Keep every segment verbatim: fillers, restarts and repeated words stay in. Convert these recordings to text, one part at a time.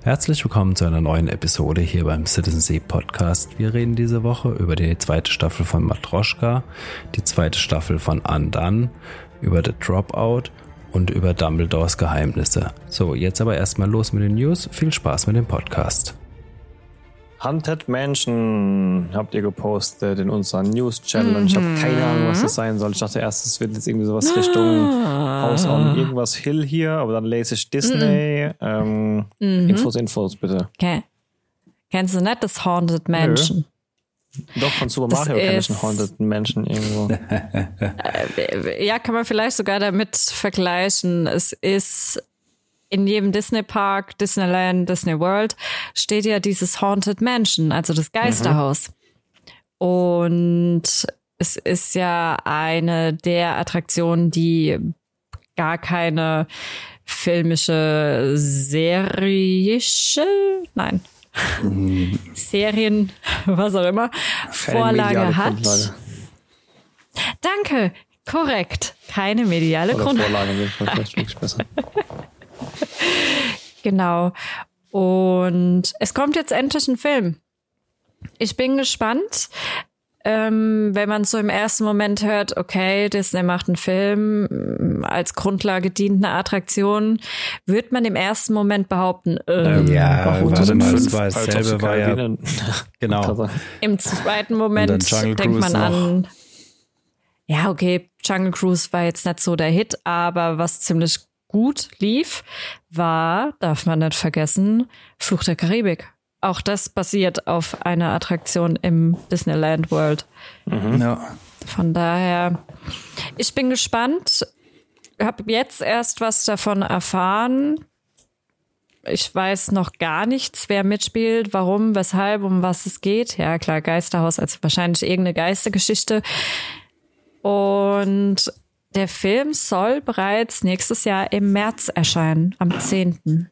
Herzlich willkommen zu einer neuen Episode hier beim Citizen Sea Podcast. Wir reden diese Woche über die zweite Staffel von Matroschka, die zweite Staffel von Undone, über The Dropout und über Dumbledores Geheimnisse. So, jetzt aber erstmal los mit den News. Viel Spaß mit dem Podcast. Haunted Mansion habt ihr gepostet in unserer News-Channel und ich habe keine Ahnung, was das sein soll. Ich dachte erst, es wird jetzt irgendwie sowas Richtung Haus on irgendwas Hill hier, aber dann lese ich Disney. Ähm, mhm. Infos, Infos, bitte. Okay. Kennst du nicht das Haunted Mansion? Nö. Doch, von Super Mario kenne ich einen Haunted Mansion irgendwo. Ja, kann man vielleicht sogar damit vergleichen. Es ist in jedem Disney-Park, Disneyland, Disney World steht ja dieses Haunted Mansion, also das Geisterhaus. Mhm. Und es ist ja eine der Attraktionen, die gar keine filmische Serische, nein, mhm. Serien, was auch immer, keine Vorlage hat. Grundlage. Danke, korrekt. Keine mediale Oder Grundlage. Vorlage wäre vielleicht wirklich besser. Genau. Und es kommt jetzt endlich ein Film. Ich bin gespannt, ähm, wenn man so im ersten Moment hört, okay, Disney macht einen Film, als Grundlage dient eine Attraktion, wird man im ersten Moment behaupten, ähm, ja, warum warte mal, das das war dasselbe, war ja, genau. Im zweiten Moment denkt man an, ja, okay, Jungle Cruise war jetzt nicht so der Hit, aber was ziemlich gut lief, war, darf man nicht vergessen, Fluch der Karibik. Auch das basiert auf einer Attraktion im Disneyland World. Mhm. Ja. Von daher, ich bin gespannt. Ich habe jetzt erst was davon erfahren. Ich weiß noch gar nichts, wer mitspielt, warum, weshalb, um was es geht. Ja, klar, Geisterhaus, also wahrscheinlich irgendeine Geistergeschichte. Und der Film soll bereits nächstes Jahr im März erscheinen, am zehnten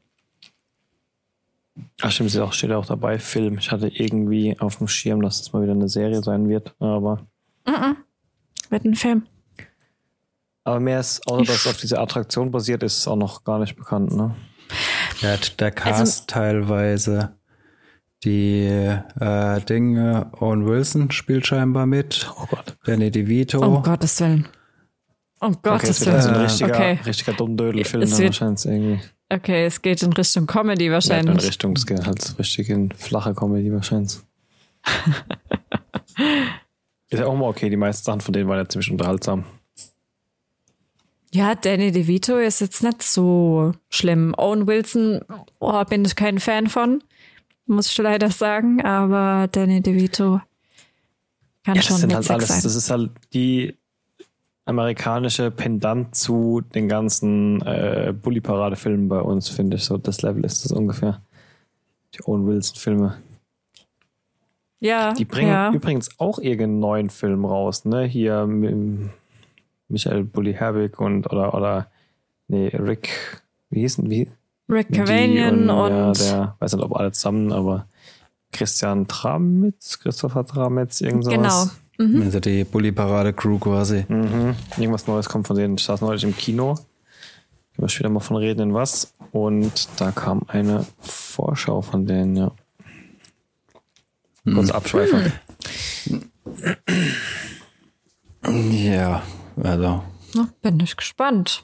Ach stimmt, steht auch, steht auch dabei, Film. Ich hatte irgendwie auf dem Schirm, dass es mal wieder eine Serie sein wird, aber... Mm-mm. Wird ein Film. Aber mehr ist, außer dass es auf diese Attraktion basiert, ist auch noch gar nicht bekannt, ne? Ja, der Cast also, teilweise. Die äh, Dinge, Owen Wilson spielt scheinbar mit. Oh Gott. Danny DeVito. Um Gottes Willen. Um Gottes okay, Willen. So ein richtiger, okay. richtiger Dummdödel-Film dann wahrscheinlich irgendwie. Okay, es geht in Richtung Comedy wahrscheinlich. Ja, in Richtung, es geht halt richtig in flache Comedy wahrscheinlich. Ist ja auch mal okay, die meisten Sachen von denen waren ja ziemlich unterhaltsam. Ja, Danny DeVito ist jetzt nicht so schlimm. Owen Wilson, oh, bin ich kein Fan von, muss ich leider sagen, aber Danny DeVito kann ja, schon das sind witzig halt alles, sein. Das ist halt die amerikanische Pendant zu den ganzen äh, Bully-Parade-Filmen bei uns, finde ich. So das Level ist das ungefähr. Die Owen Wilson-Filme. Ja, Die bringen ja. übrigens auch irgendeinen neuen Film raus, ne? Hier mit Michael Bully Herbig und oder oder nee, Rick, wie hieß denn, wie? Rick Cavanian und, und ja, der, weiß nicht, ob alle zusammen, aber Christian Tramitz, Christopher Tramitz, irgend sowas. Genau. Mhm. Also die Bully-Parade-Crew quasi. Mhm. Irgendwas Neues kommt von denen. Ich saß neulich im Kino. Ich muss später mal von reden in was. Und da kam eine Vorschau von denen, ja. Kurz abschweifen. Ja, also. Na, bin ich gespannt.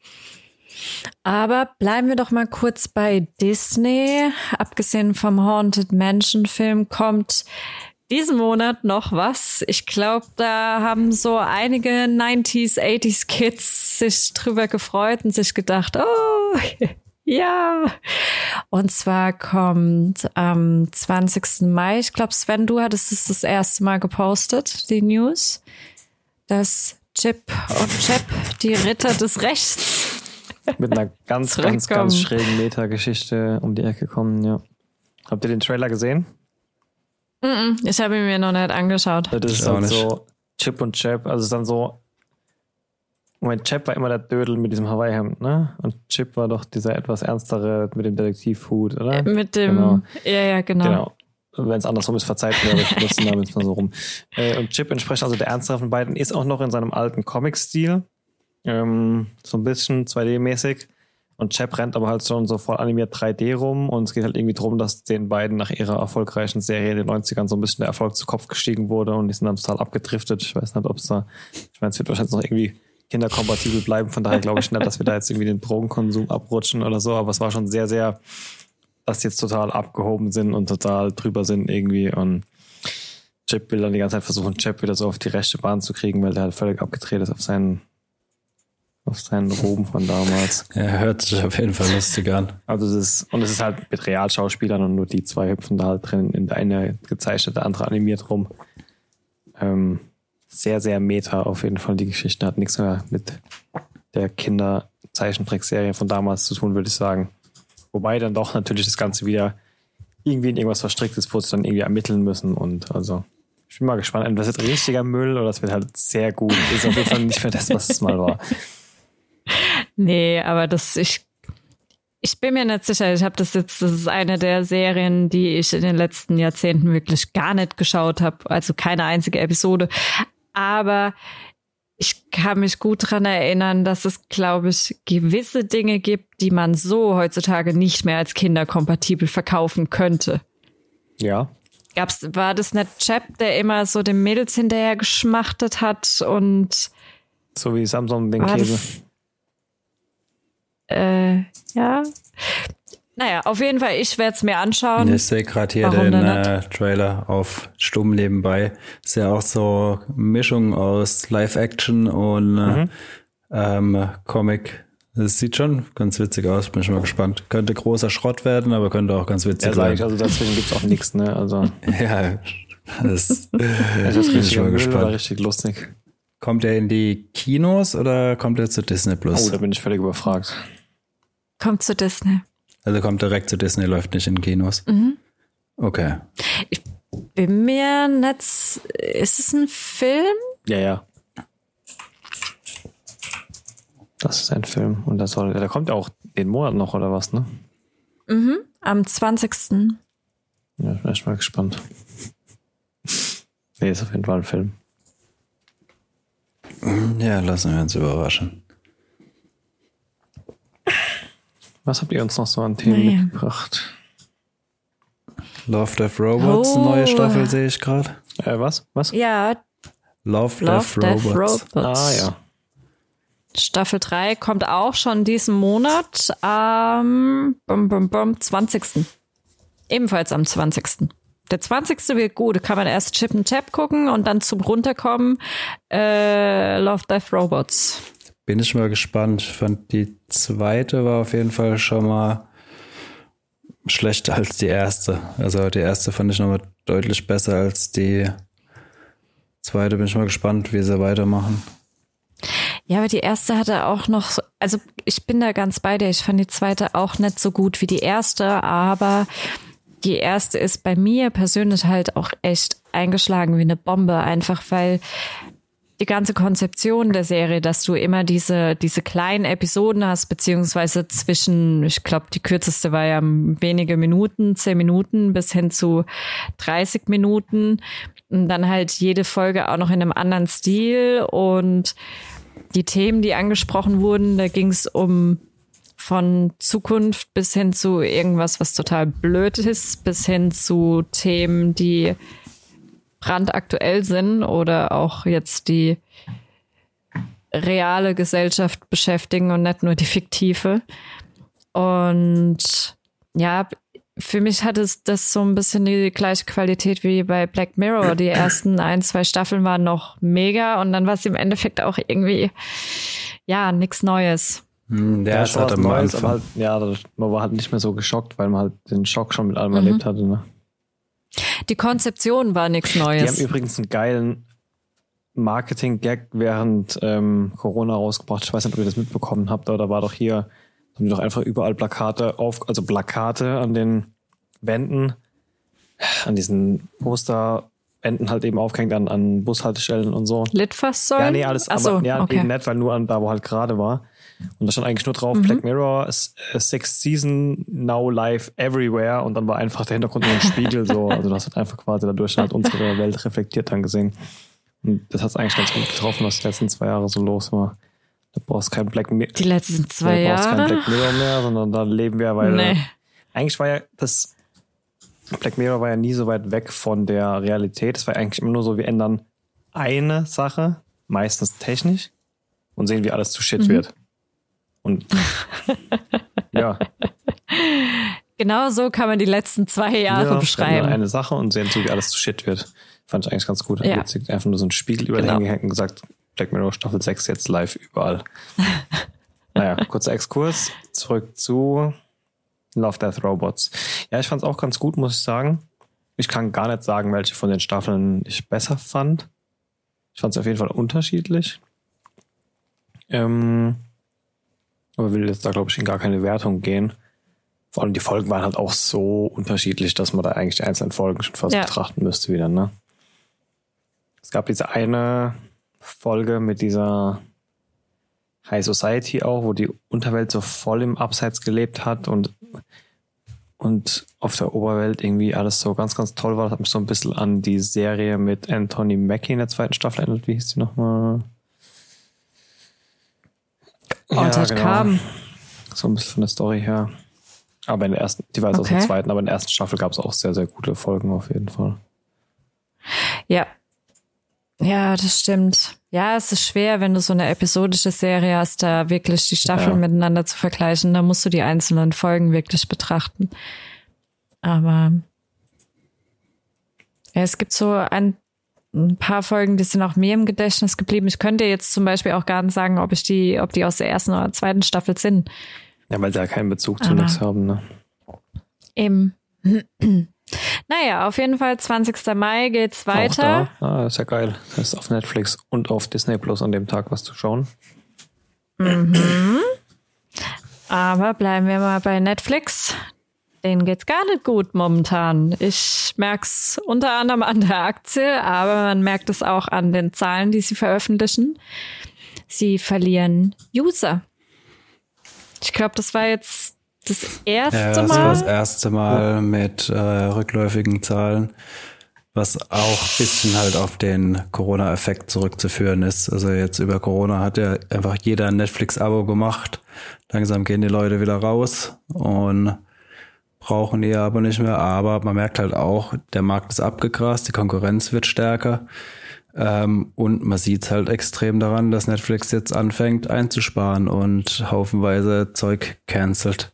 Aber bleiben wir doch mal kurz bei Disney. Abgesehen vom Haunted Mansion Film kommt diesen Monat noch was. Ich glaube, da haben so einige neunziger, achtziger Kids sich drüber gefreut und sich gedacht, oh, ja. Und zwar kommt am zwanzigsten Mai, ich glaube, Sven, du hattest es das erste Mal gepostet, die News, dass Chip und Chap, die Ritter des Rechts, mit einer ganz, ganz, ganz schrägen Meta-Geschichte um die Ecke kommen, ja. Habt ihr den Trailer gesehen? Ich habe ihn mir noch nicht angeschaut. Das ist dann so Chip und Chap, also es ist dann so, Moment, Chap war immer der Dödel mit diesem Hawaii-Hemd, ne? Und Chip war doch dieser etwas ernstere mit dem Detektivhut, oder? Äh, mit dem, genau. ja, ja, genau. genau. Wenn es andersrum ist, verzeiht mir, aber ich benutze den Namen jetzt mal so rum. Äh, und Chip entsprechend, also der ernstere von beiden, ist auch noch in seinem alten Comic-Stil. Ähm, so ein bisschen zwei D-mäßig. Und Chap rennt aber halt schon so voll animiert drei D rum und es geht halt irgendwie darum, dass den beiden nach ihrer erfolgreichen Serie in den neunzigern so ein bisschen der Erfolg zu Kopf gestiegen wurde und die sind dann total abgedriftet. Ich weiß nicht, ob es da, ich meine, es wird wahrscheinlich noch irgendwie kinderkompatibel bleiben, von daher glaube ich nicht, dass wir da jetzt irgendwie den Drogenkonsum abrutschen oder so, aber es war schon sehr, sehr, dass die jetzt total abgehoben sind und total drüber sind irgendwie und Chip will dann die ganze Zeit versuchen, Chap wieder so auf die rechte Bahn zu kriegen, weil der halt völlig abgedreht ist auf seinen auf seinen Ruhm von damals. Ja, hört sich auf jeden Fall lustig an. Also es ist, und es ist halt mit Realschauspielern und nur die zwei hüpfen da halt drin, in der eine gezeichnet, der andere animiert rum. Ähm, sehr, sehr meta auf jeden Fall. Die Geschichte hat nichts mehr mit der Kinder-Zeichentrickserie von damals zu tun, würde ich sagen. Wobei dann doch natürlich das Ganze wieder irgendwie in irgendwas verstrickt ist, wo sie dann irgendwie ermitteln müssen und also ich bin mal gespannt, entweder das wird richtiger Müll oder es wird halt sehr gut. Ist auf jeden Fall nicht mehr das, was es mal war. Nee, aber das, ich, ich bin mir nicht sicher. Ich habe das jetzt, das ist eine der Serien, die ich in den letzten Jahrzehnten wirklich gar nicht geschaut habe. Also keine einzige Episode. Aber ich kann mich gut dran erinnern, dass es, glaube ich, gewisse Dinge gibt, die man so heutzutage nicht mehr als kinderkompatibel verkaufen könnte. Ja. Gab's, war das nicht Chap, der immer so den Mädels hinterher geschmachtet hat und so wie Samson den war Käse. Das, äh, ja. Naja, auf jeden Fall, ich werde es mir anschauen. Ich sehe gerade hier Warum den denn nicht? äh, Trailer auf Stumm nebenbei. Ist ja auch so Mischung aus Live-Action und äh, Mhm. ähm, Comic. Das sieht schon ganz witzig aus, bin ich mal gespannt. Könnte großer Schrott werden, aber könnte auch ganz witzig Ja, sag ich, sein. also dazwischen gibt's auch nichts, ne? Also Ja, das es ist bin ich richtig mal Müll gespannt. oder richtig lustig. Kommt er in die Kinos oder kommt er zu Disney Plus? Oh, da bin ich völlig überfragt. Kommt zu Disney. Also kommt direkt zu Disney, läuft nicht in Kinos. Mhm. Okay. Bin mir nicht. Ist es ein Film? Ja, ja. Das ist ein Film und das soll, der kommt ja auch den Monat noch oder was, ne? Mhm. Am zwanzigsten Ja, ich bin echt mal gespannt. Nee, ist auf jeden Fall ein Film. Ja, lassen wir uns überraschen. Was habt ihr uns noch so an Themen Naja. mitgebracht? Love, Death, Robots, Oh. neue Staffel sehe ich gerade. Äh, was? Was? Ja, Love, Love, Death, Death, Robots. Robots. Ah, ja. Staffel drei kommt auch schon diesen Monat am bum, bum, bum, zwanzigsten Ebenfalls am zwanzigsten Der zwanzigste wird gut. Kann man erst Chip and Chap gucken und dann zum Runterkommen äh, Love, Death, Robots. Bin ich mal gespannt. Ich fand die zweite war auf jeden Fall schon mal schlechter als die erste. Also die erste fand ich nochmal deutlich besser als die zweite. Bin ich mal gespannt, wie sie weitermachen. Ja, aber die erste hatte auch noch, so- also ich bin da ganz bei dir. Ich fand die zweite auch nicht so gut wie die erste, aber die erste ist bei mir persönlich halt auch echt eingeschlagen wie eine Bombe, einfach weil die ganze Konzeption der Serie, dass du immer diese diese kleinen Episoden hast, beziehungsweise zwischen, ich glaube, die kürzeste war ja wenige Minuten, zehn Minuten bis hin zu dreißig Minuten und dann halt jede Folge auch noch in einem anderen Stil und die Themen, die angesprochen wurden, da ging es um von Zukunft bis hin zu irgendwas, was total blöd ist, bis hin zu Themen, die brandaktuell sind oder auch jetzt die reale Gesellschaft beschäftigen und nicht nur die fiktive. Und ja, für mich hat es das so ein bisschen die gleiche Qualität wie bei Black Mirror. Die ersten ein, zwei Staffeln waren noch mega und dann war es im Endeffekt auch irgendwie, ja, nichts Neues. Hm, Der Ja, ist schon halt was am Neues, Anfang. aber halt, ja, das- man war halt nicht mehr so geschockt, weil man halt den Schock schon mit allem erlebt hatte, ne? Die Konzeption war nichts Die haben Neues. übrigens einen geilen Marketing-Gag während ähm, Corona rausgebracht. Ich weiß nicht, ob ihr das mitbekommen habt, aber da war doch hier, haben die doch einfach überall Plakate auf, also Plakate an den Wänden, an diesen Posterwänden halt eben aufgehängt, an, an Bushaltestellen und so. Litfaßsäulen? Ja, nee, alles, Ach so, aber ja, okay. eben nicht, weil nur an da, wo halt gerade war. Und da stand eigentlich nur drauf, Mhm. Black Mirror, s- äh, Sixth Season, now live everywhere. Und dann war einfach der Hintergrund nur ein Spiegel so. Also das hat einfach quasi dadurch halt unsere Welt reflektiert dann gesehen. Und das hat eigentlich ganz gut getroffen, was die letzten zwei Jahre so los war. Da brauchst du kein Black Mirror. Die letzten zwei da brauchst Jahre? kein Black Mirror mehr, sondern da leben wir, weil Nee. eigentlich war ja das Black Mirror war ja nie so weit weg von der Realität. Es war eigentlich immer nur so, wir ändern eine Sache, meistens technisch, und sehen, wie alles zu Shit mhm. wird. Und ja. Genau so kann man die letzten zwei Jahre ja, beschreiben. Eine Sache und sehen zu, wie alles zu Shit wird. Fand ich eigentlich ganz gut. Ja. Witzig. Einfach nur so ein Spiegel über genau. den hingehängt und gesagt, Black Mirror Staffel sechs jetzt live überall. Naja, kurzer Exkurs. Zurück zu Love, Death, Robots. Ja, ich fand es auch ganz gut, muss ich sagen. Ich kann gar nicht sagen, welche von den Staffeln ich besser fand. Ich fand es auf jeden Fall unterschiedlich. Ähm, aber will jetzt da, glaube ich, in gar keine Wertung gehen. Vor allem die Folgen waren halt auch so unterschiedlich, dass man da eigentlich die einzelnen Folgen schon fast ja. betrachten müsste wieder, ne? Es gab diese eine Folge mit dieser High Society auch, wo die Unterwelt so voll im Abseits gelebt hat und, und auf der Oberwelt irgendwie alles so ganz, ganz toll war. Das hat mich so ein bisschen an die Serie mit Anthony Mackie in der zweiten Staffel erinnert. Wie hieß die nochmal? Altered ja, genau. Carbon. So ein bisschen von der Story her. Aber in der ersten, die war jetzt okay. aus der zweiten, aber in der ersten Staffel gab es auch sehr, sehr gute Folgen auf jeden Fall. Ja. Ja, das stimmt. Ja, es ist schwer, wenn du so eine episodische Serie hast, da wirklich die Staffeln ja. miteinander zu vergleichen. Da musst du die einzelnen Folgen wirklich betrachten. Aber ja, es gibt so ein, ein paar Folgen, die sind auch mir im Gedächtnis geblieben. Ich könnte jetzt zum Beispiel auch gar nicht sagen, ob ich die, ob die aus der ersten oder zweiten Staffel sind. Ja, weil sie ja keinen Bezug zu nichts haben, ne? Eben. Naja, auf jeden Fall zwanzigster Mai geht's weiter. Auch da? Ah, ist ja geil. Das ist auf Netflix und auf Disney Plus an dem Tag was zu schauen. Mhm. Aber bleiben wir mal bei Netflix. Denen geht's gar nicht gut momentan. Ich merk's unter anderem an der Aktie, aber man merkt es auch an den Zahlen, die sie veröffentlichen. Sie verlieren User. Ich glaube, das war jetzt das erste Mal. Ja, das war das erste Mal mit äh, rückläufigen Zahlen, was auch ein bisschen halt auf den Corona-Effekt zurückzuführen ist. Also jetzt über Corona hat ja einfach jeder ein Netflix-Abo gemacht. Langsam gehen die Leute wieder raus und brauchen ihr Abo nicht mehr. Aber man merkt halt auch, der Markt ist abgegrast, die Konkurrenz wird stärker. Ähm, und man sieht halt extrem daran, dass Netflix jetzt anfängt einzusparen und haufenweise Zeug cancelt.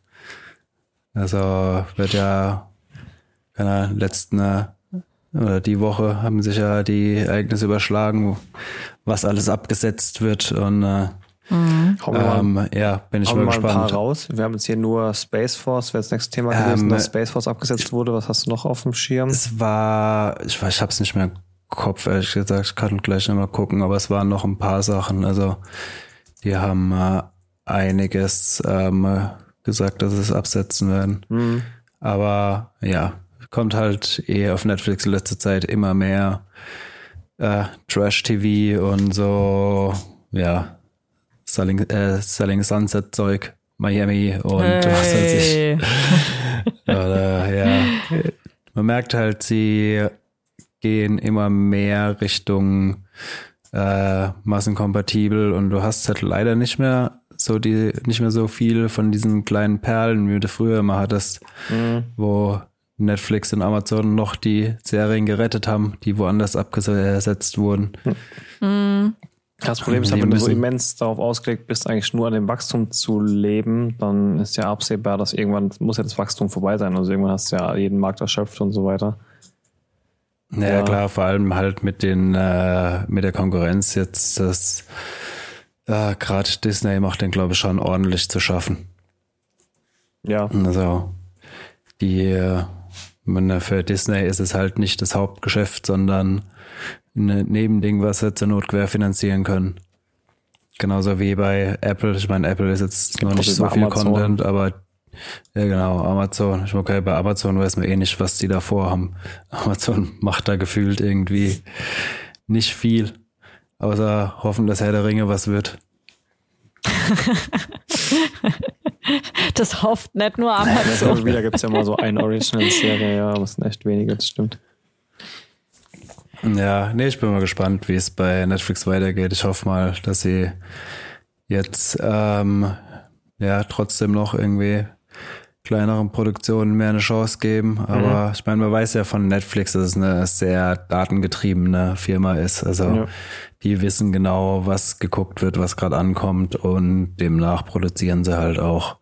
Also wird ja, keine Ahnung, letzten oder die Woche haben sich ja die Ereignisse überschlagen, was alles abgesetzt wird und äh, mhm. ähm, ja, bin ich mal, mal gespannt. Ein paar raus. Wir haben jetzt hier nur Space Force, wäre das nächste Thema gewesen, ähm, dass Space Force abgesetzt wurde. Was hast du noch auf dem Schirm? Es war, ich weiß, ich hab's nicht mehr im Kopf, ehrlich gesagt, ich kann gleich nochmal gucken, aber es waren noch ein paar Sachen. Also die haben äh, einiges ähm, gesagt, dass sie es absetzen werden. Mhm. Aber ja, kommt halt eh auf Netflix in letzter Zeit immer mehr äh, Trash-T V und so, ja, Selling, äh, Selling Sunset Zeug, Miami und hey. was weiß ich. Oder, ja, man merkt halt, sie gehen immer mehr Richtung äh, massenkompatibel und du hast halt leider nicht mehr so die, nicht mehr so viel von diesen kleinen Perlen, wie du früher immer hattest, mhm. wo Netflix und Amazon noch die Serien gerettet haben, die woanders abgesetzt wurden. Mhm. Das Problem ist, wenn du so immens darauf ausgelegt bist, eigentlich nur an dem Wachstum zu leben, dann ist ja absehbar, dass irgendwann muss ja das Wachstum vorbei sein. Also irgendwann hast du ja jeden Markt erschöpft und so weiter. Ja, ja, klar, vor allem halt mit den äh, mit der Konkurrenz jetzt, das äh, gerade Disney macht den, glaube ich, schon ordentlich zu schaffen. Ja. Also die äh, für Disney ist es halt nicht das Hauptgeschäft, sondern ein Nebending, was sie zur Not querfinanzieren können. Genauso wie bei Apple. Ich meine, Apple ist jetzt noch nicht so viel Amazon. Content, aber ja, genau, Amazon. Ich meine, okay, bei Amazon weiß man eh nicht, was die da vorhaben. Amazon macht da gefühlt irgendwie nicht viel, außer hoffen, dass Herr der Ringe was wird. Das hofft nicht nur Amazon. Ja, wieder gibt es ja mal so eine Original-Serie, ja, aber es sind echt wenige, das stimmt. Ja, nee, ich bin mal gespannt, wie es bei Netflix weitergeht. Ich hoffe mal, dass sie jetzt ähm, ja trotzdem noch irgendwie kleineren Produktionen mehr eine Chance geben. Aber mhm. ich meine, man weiß ja von Netflix, dass es eine sehr datengetriebene Firma ist. Also ja. die wissen genau, was geguckt wird, was gerade ankommt und demnach produzieren sie halt auch.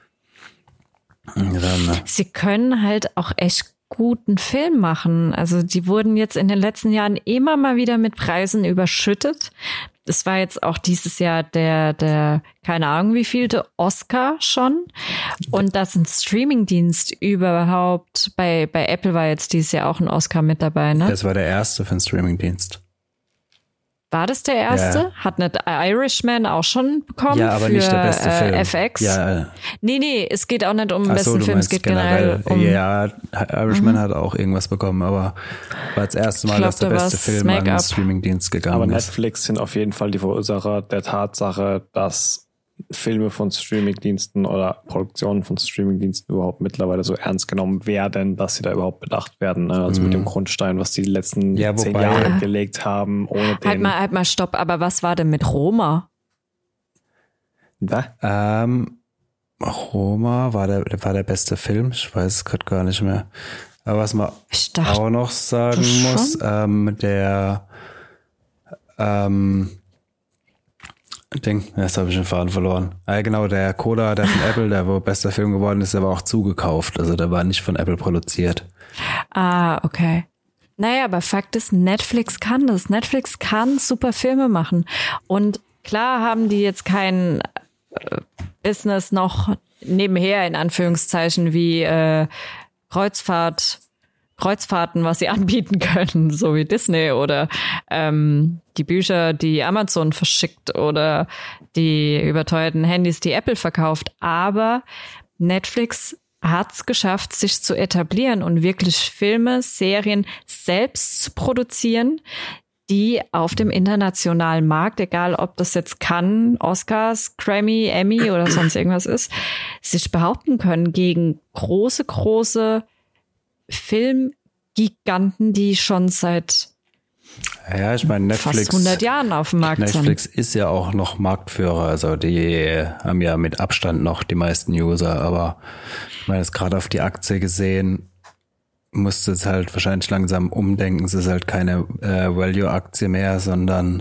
Dann, ne? Sie können halt auch echt guten Film machen. Also die wurden jetzt in den letzten Jahren immer mal wieder mit Preisen überschüttet. Das war jetzt auch dieses Jahr der, der, keine Ahnung wie vielte Oscar schon. Und dass ein Streamingdienst überhaupt, bei, bei Apple war jetzt dieses Jahr auch ein Oscar mit dabei, ne? Das war der erste für einen Streamingdienst. War das der erste? Ja. Hat nicht Irishman auch schon bekommen? Ja, aber für, nicht der beste Film. Äh, F X? Ja. Nee, nee, es geht auch nicht um den besten so, Film, es geht generell, generell um... Ja, Irishman mhm. hat auch irgendwas bekommen, aber war das erste Mal, glaub, dass der beste Film an den Streamingdienst gegangen aber ist. Aber Netflix sind auf jeden Fall die Verursacher der Tatsache, dass Filme von Streamingdiensten oder Produktionen von Streamingdiensten überhaupt mittlerweile so ernst genommen werden, dass sie da überhaupt bedacht werden. Ne? Also mm. mit dem Grundstein, was die letzten ja, zehn Jahre ja. gelegt haben. Ohne den halt mal, halt mal, stopp. Aber was war denn mit Roma? Was? Ähm, Roma war der, war der beste Film. Ich weiß es gerade gar nicht mehr. Aber was man dachte, auch noch sagen muss, ähm, der ähm, Ding, jetzt habe ich den Faden verloren. Ah, genau, der Coda, der von Apple, der wo bester Film geworden ist, der war auch zugekauft. Also der war nicht von Apple produziert. Ah, okay. Naja, aber Fakt ist, Netflix kann das. Netflix kann super Filme machen. Und klar haben die jetzt kein äh, Business noch nebenher, in Anführungszeichen, wie äh, Kreuzfahrt, Kreuzfahrten, was sie anbieten können, so wie Disney oder ähm, die Bücher, die Amazon verschickt oder die überteuerten Handys, die Apple verkauft. Aber Netflix hat es geschafft, sich zu etablieren und wirklich Filme, Serien selbst zu produzieren, die auf dem internationalen Markt, egal ob das jetzt Cannes, Oscars, Grammy, Emmy oder sonst irgendwas ist, sich behaupten können gegen große, große Filmgiganten, die schon seit ja, ich meine, Netflix, fast hundert Jahren auf dem Markt sind. Netflix ist ja auch noch Marktführer, also die haben ja mit Abstand noch die meisten User, aber ich meine, jetzt gerade auf die Aktie gesehen, musste es halt wahrscheinlich langsam umdenken. Es ist halt keine äh, Value-Aktie mehr, sondern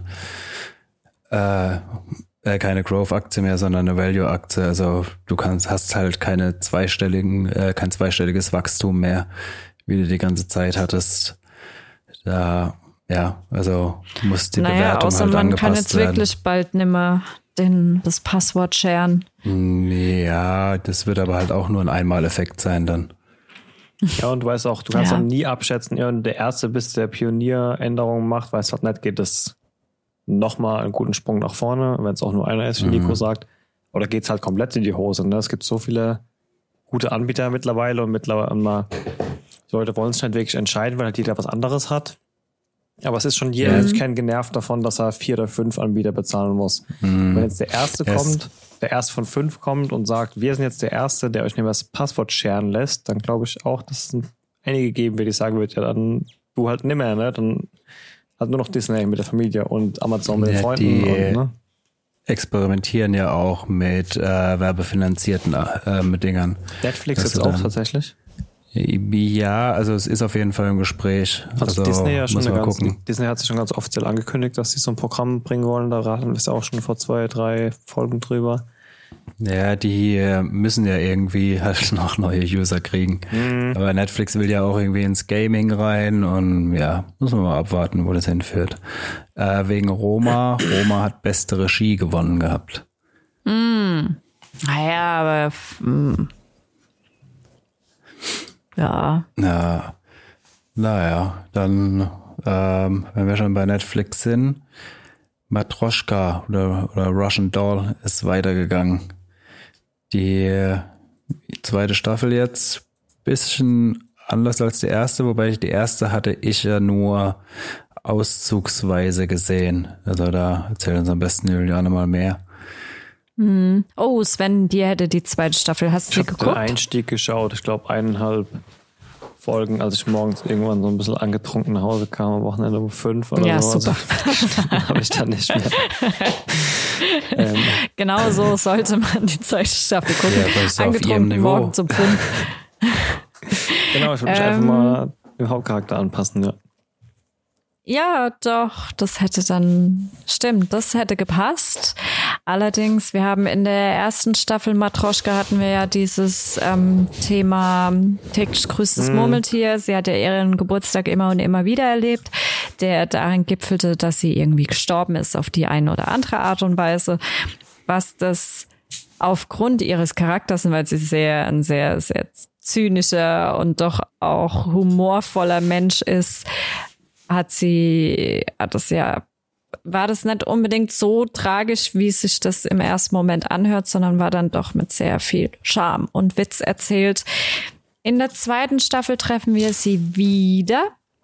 äh, äh, keine Growth-Aktie mehr, sondern eine Value-Aktie. Also du kannst, hast halt keine zweistelligen, äh, kein zweistelliges Wachstum mehr, wie du die ganze Zeit hattest. Da, ja, also muss die naja, Bewertung außer halt angepasst werden. Man kann jetzt werden. Wirklich bald nimmer den, das Passwort sharen. Ja, das wird aber halt auch nur ein Einmaleffekt sein dann. Ja, und du weißt auch, du kannst ja. auch nie abschätzen, ja, der Erste, bis der Pionier Änderungen macht, weiß halt nicht, geht das nochmal einen guten Sprung nach vorne, wenn es auch nur einer ist, wie Nico mhm. sagt, oder geht es halt komplett in die Hose. Ne? Es gibt so viele gute Anbieter mittlerweile und mittlerweile die Leute wollen sich nicht wirklich entscheiden, weil halt jeder was anderes hat. Aber es ist schon jeder, mhm. ich kenne, genervt davon, dass er vier oder fünf Anbieter bezahlen muss. Mhm. Wenn jetzt der Erste yes. kommt, der Erste von fünf kommt und sagt, wir sind jetzt der Erste, der euch nicht mehr das Passwort sharen lässt, dann glaube ich auch, dass es einige geben wird, die sagen wird, ja, dann du halt nicht mehr, ne? Dann halt nur noch Disney mit der Familie und Amazon mit ja, den Freunden. Die und, ne? experimentieren ja auch mit äh, werbefinanzierten äh, mit Dingern. Netflix jetzt auch tatsächlich? Ja, also es ist auf jeden Fall im Gespräch. Also, also Disney ja schon muss eine ganz, gucken. Disney hat sich schon ganz offiziell angekündigt, dass sie so ein Programm bringen wollen. Da raten wir auch schon vor zwei, drei Folgen drüber. Ja, die müssen ja irgendwie halt noch neue User kriegen. Mhm. Aber Netflix will ja auch irgendwie ins Gaming rein und ja, muss man mal abwarten, wo das hinführt. Äh, wegen Roma. Roma hat beste Regie gewonnen gehabt. Mhm. Naja, aber mh. Ja. Ja. Naja, dann, ähm, wenn wir schon bei Netflix sind, Matroschka oder, oder Russian Doll ist weitergegangen. Die zweite Staffel jetzt, bisschen anders als die erste, wobei ich die erste hatte ich ja nur auszugsweise gesehen. Also da erzählt uns am besten Juliane mal mehr. Hm. Oh, Sven, dir hätte die zweite Staffel. Hast du ich sie geguckt? Ich habe den Einstieg geschaut. Ich glaube, eineinhalb Folgen, als ich morgens irgendwann so ein bisschen angetrunken nach Hause kam, am Wochenende um fünf oder ja, so. Super. Also, habe ich dann nicht mehr. ähm, genau so sollte man die zweite Staffel gucken. Ja, das ist auf Angetrunken ihrem Niveau. morgens um fünf. genau, ich würde mich Ähm, einfach mal dem Hauptcharakter anpassen, ja. Ja, doch, das hätte dann, stimmt, das hätte gepasst. Allerdings, wir haben in der ersten Staffel Matroschka hatten wir ja dieses ähm, Thema täglich grüßt das Murmeltier. Sie hat ja ihren Geburtstag immer und immer wieder erlebt, der darin gipfelte, dass sie irgendwie gestorben ist auf die eine oder andere Art und Weise, was das aufgrund ihres Charakters, weil sie sehr, ein sehr, sehr zynischer und doch auch humorvoller Mensch ist, hat sie, hat das ja, war das nicht unbedingt so tragisch, wie sich das im ersten Moment anhört, sondern war dann doch mit sehr viel Charme und Witz erzählt. In der zweiten Staffel treffen wir sie wieder.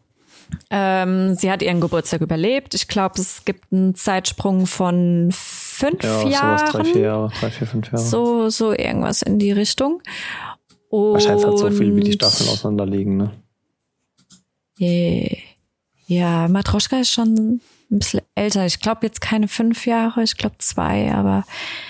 Ähm, sie hat ihren Geburtstag überlebt. Ich glaube, es gibt einen Zeitsprung von fünf ja, Jahren. Sowas, drei, vier Jahre, drei, vier, fünf Jahre. So, so irgendwas in die Richtung. Und Wahrscheinlich halt so viel, wie die Staffeln auseinanderliegen, ne? Yeah. Ja, Matroschka ist schon ein bisschen älter. Ich glaube jetzt keine fünf Jahre, ich glaube zwei, aber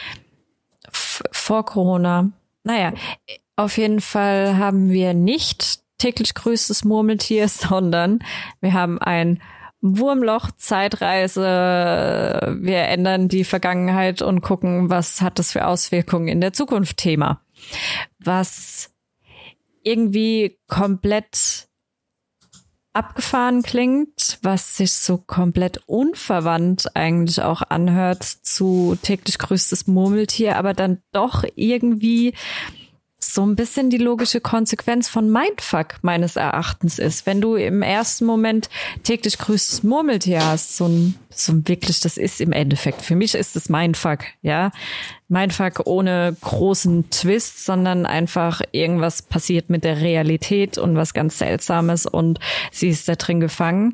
f- vor Corona. Naja, auf jeden Fall haben wir nicht täglich grüßt das Murmeltier, sondern wir haben ein Wurmloch, Zeitreise. Wir ändern die Vergangenheit und gucken, was hat das für Auswirkungen in der Zukunft Thema. Was irgendwie komplett abgefahren klingt, was sich so komplett unverwandt eigentlich auch anhört zu täglich grüßt das Murmeltier, aber dann doch irgendwie so ein bisschen die logische Konsequenz von Mindfuck meines Erachtens ist. Wenn du im ersten Moment täglich grüßt das Murmeltier hast, so ein, so ein wirklich, das ist im Endeffekt, für mich ist es Mindfuck, ja. Mindfuck ohne großen Twist, sondern einfach irgendwas passiert mit der Realität und was ganz Seltsames und sie ist da drin gefangen.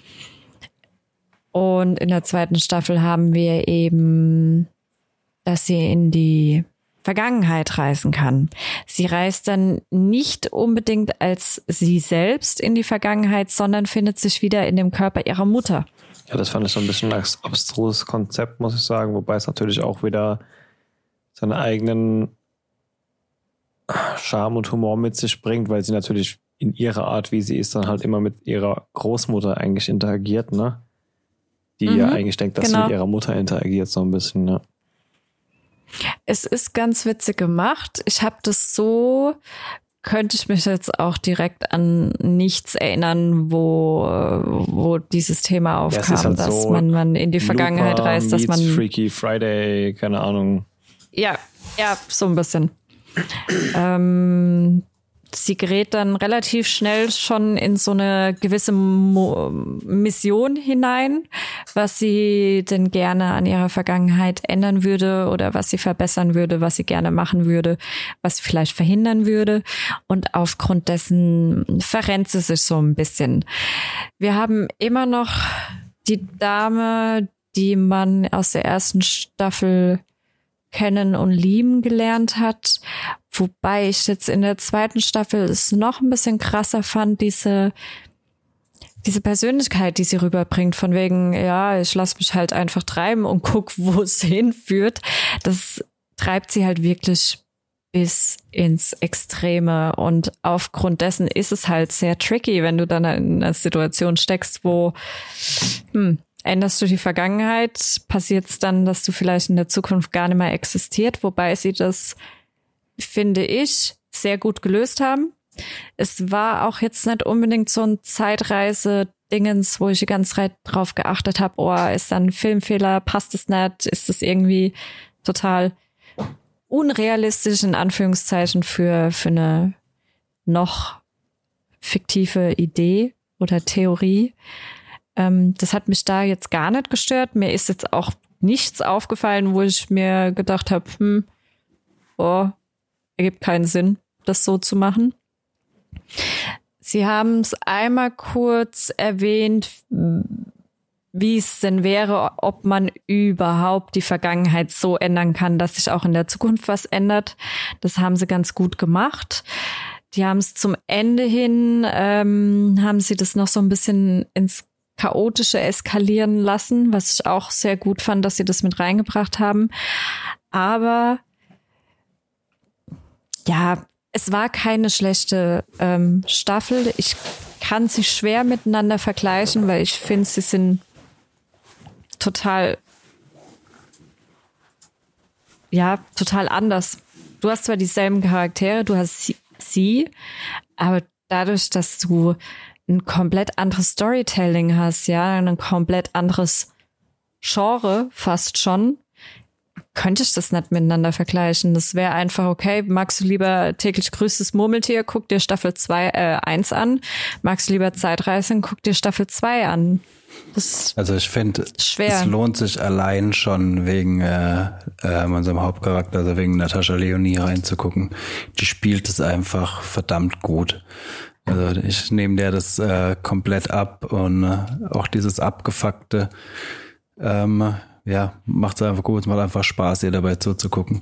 Und in der zweiten Staffel haben wir eben, dass sie in die Vergangenheit reisen kann. Sie reist dann nicht unbedingt als sie selbst in die Vergangenheit, sondern findet sich wieder in dem Körper ihrer Mutter. Ja, das fand ich so ein bisschen ein abstruses Konzept, muss ich sagen, wobei es natürlich auch wieder seine eigenen Charme und Humor mit sich bringt, weil sie natürlich in ihrer Art, wie sie ist, dann halt immer mit ihrer Großmutter eigentlich interagiert, ne? Die mhm, ja eigentlich denkt, dass genau. sie mit ihrer Mutter interagiert, so ein bisschen, ne? Es ist ganz witzig gemacht. Ich habe das so, könnte ich mich jetzt auch direkt an nichts erinnern, wo wo dieses Thema aufkam, ja, halt dass so man, man in die Vergangenheit Looper, reist, dass man Freaky Friday, keine Ahnung. Ja, ja, so ein bisschen. ähm, sie gerät dann relativ schnell schon in so eine gewisse Mo- Mission hinein, was sie denn gerne an ihrer Vergangenheit ändern würde oder was sie verbessern würde, was sie gerne machen würde, was sie vielleicht verhindern würde. Und aufgrund dessen verrennt sie sich so ein bisschen. Wir haben immer noch die Dame, die man aus der ersten Staffel kennen und lieben gelernt hat. Wobei ich jetzt in der zweiten Staffel es noch ein bisschen krasser fand, diese diese Persönlichkeit, die sie rüberbringt, von wegen, ja, ich lasse mich halt einfach treiben und guck, wo es hinführt. Das treibt sie halt wirklich bis ins Extreme. Und aufgrund dessen ist es halt sehr tricky, wenn du dann in einer Situation steckst, wo hm, änderst du die Vergangenheit, passiert es dann, dass du vielleicht in der Zukunft gar nicht mehr existiert, wobei sie das, finde ich, sehr gut gelöst haben. Es war auch jetzt nicht unbedingt so ein Zeitreise-Dingens, wo ich die ganze Zeit drauf geachtet habe, oh, ist da ein Filmfehler, passt es nicht, ist das irgendwie total unrealistisch, in Anführungszeichen, für, für eine noch fiktive Idee oder Theorie. Ähm, das hat mich da jetzt gar nicht gestört. Mir ist jetzt auch nichts aufgefallen, wo ich mir gedacht habe, hm, oh, ergibt keinen Sinn, das so zu machen. Sie haben es einmal kurz erwähnt, wie es denn wäre, ob man überhaupt die Vergangenheit so ändern kann, dass sich auch in der Zukunft was ändert. Das haben sie ganz gut gemacht. Die haben es zum Ende hin, ähm, haben sie das noch so ein bisschen ins Chaotische eskalieren lassen, was ich auch sehr gut fand, dass sie das mit reingebracht haben. Aber ja, es war keine schlechte ähm, Staffel. Ich kann sie schwer miteinander vergleichen, weil ich finde, sie sind total, ja, total anders. Du hast zwar dieselben Charaktere, du hast sie, sie aber dadurch, dass du ein komplett anderes Storytelling hast, ja, ein komplett anderes Genre fast schon, könnte ich das nicht miteinander vergleichen. Das wäre einfach, okay, magst du lieber täglich grüßtes Murmeltier, guck dir Staffel zwei, äh, eins an. Magst du lieber Zeitreisen, guck dir Staffel zwei an. Das also ich finde, schwer. Es lohnt sich allein schon wegen äh, äh, unserem Hauptcharakter, also wegen Natascha Leonie reinzugucken. Die spielt es einfach verdammt gut. Also ich nehme der das äh, komplett ab und äh, auch dieses Abgefuckte, ähm, ja, macht es einfach gut, es macht einfach Spaß, ihr dabei zuzugucken.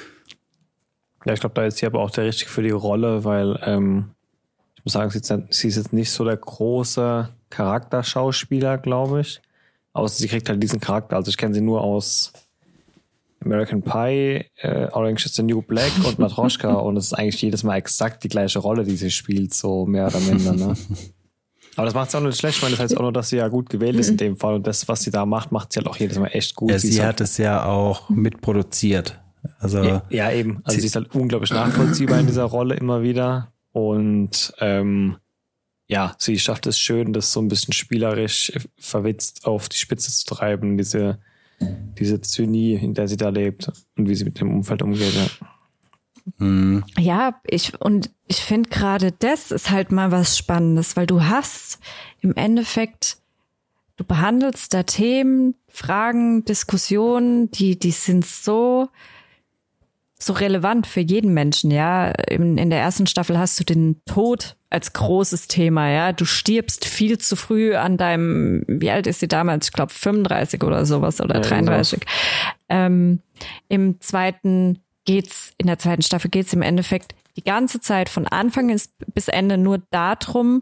Ja, ich glaube, da ist sie aber auch der Richtige für die Rolle, weil ähm, ich muss sagen, sie ist, sie ist jetzt nicht so der große Charakterschauspieler, glaube ich. Außer sie kriegt halt diesen Charakter. Also ich kenne sie nur aus American Pie, äh, Orange is the New Black und Matroschka und es ist eigentlich jedes Mal exakt die gleiche Rolle, die sie spielt, so mehr oder minder, ne? Aber das macht sie auch nicht schlecht, weil das heißt auch nur, dass sie ja gut gewählt ist in dem Fall und das, was sie da macht, macht sie halt auch jedes Mal echt gut. Ja, sie sie hat halt es ja auch mitproduziert. Also ja, ja, eben. Also sie, sie ist halt unglaublich nachvollziehbar in dieser Rolle immer wieder und ähm, ja, sie schafft es schön, das so ein bisschen spielerisch verwitzt auf die Spitze zu treiben, diese diese Zynie, in der sie da lebt und wie sie mit dem Umfeld umgeht. Ja, mhm. ja ich und ich finde gerade das ist halt mal was Spannendes, weil du hast im Endeffekt, du behandelst da Themen, Fragen, Diskussionen, die die sind so so relevant für jeden Menschen, ja. In, in der ersten Staffel hast du den Tod als großes Thema, ja. Du stirbst viel zu früh an deinem, wie alt ist sie damals? Ich glaube fünfunddreißig oder sowas oder ja, dreiunddreißig. Ähm, Im zweiten geht's, in der zweiten Staffel geht's im Endeffekt die ganze Zeit von Anfang bis Ende nur darum,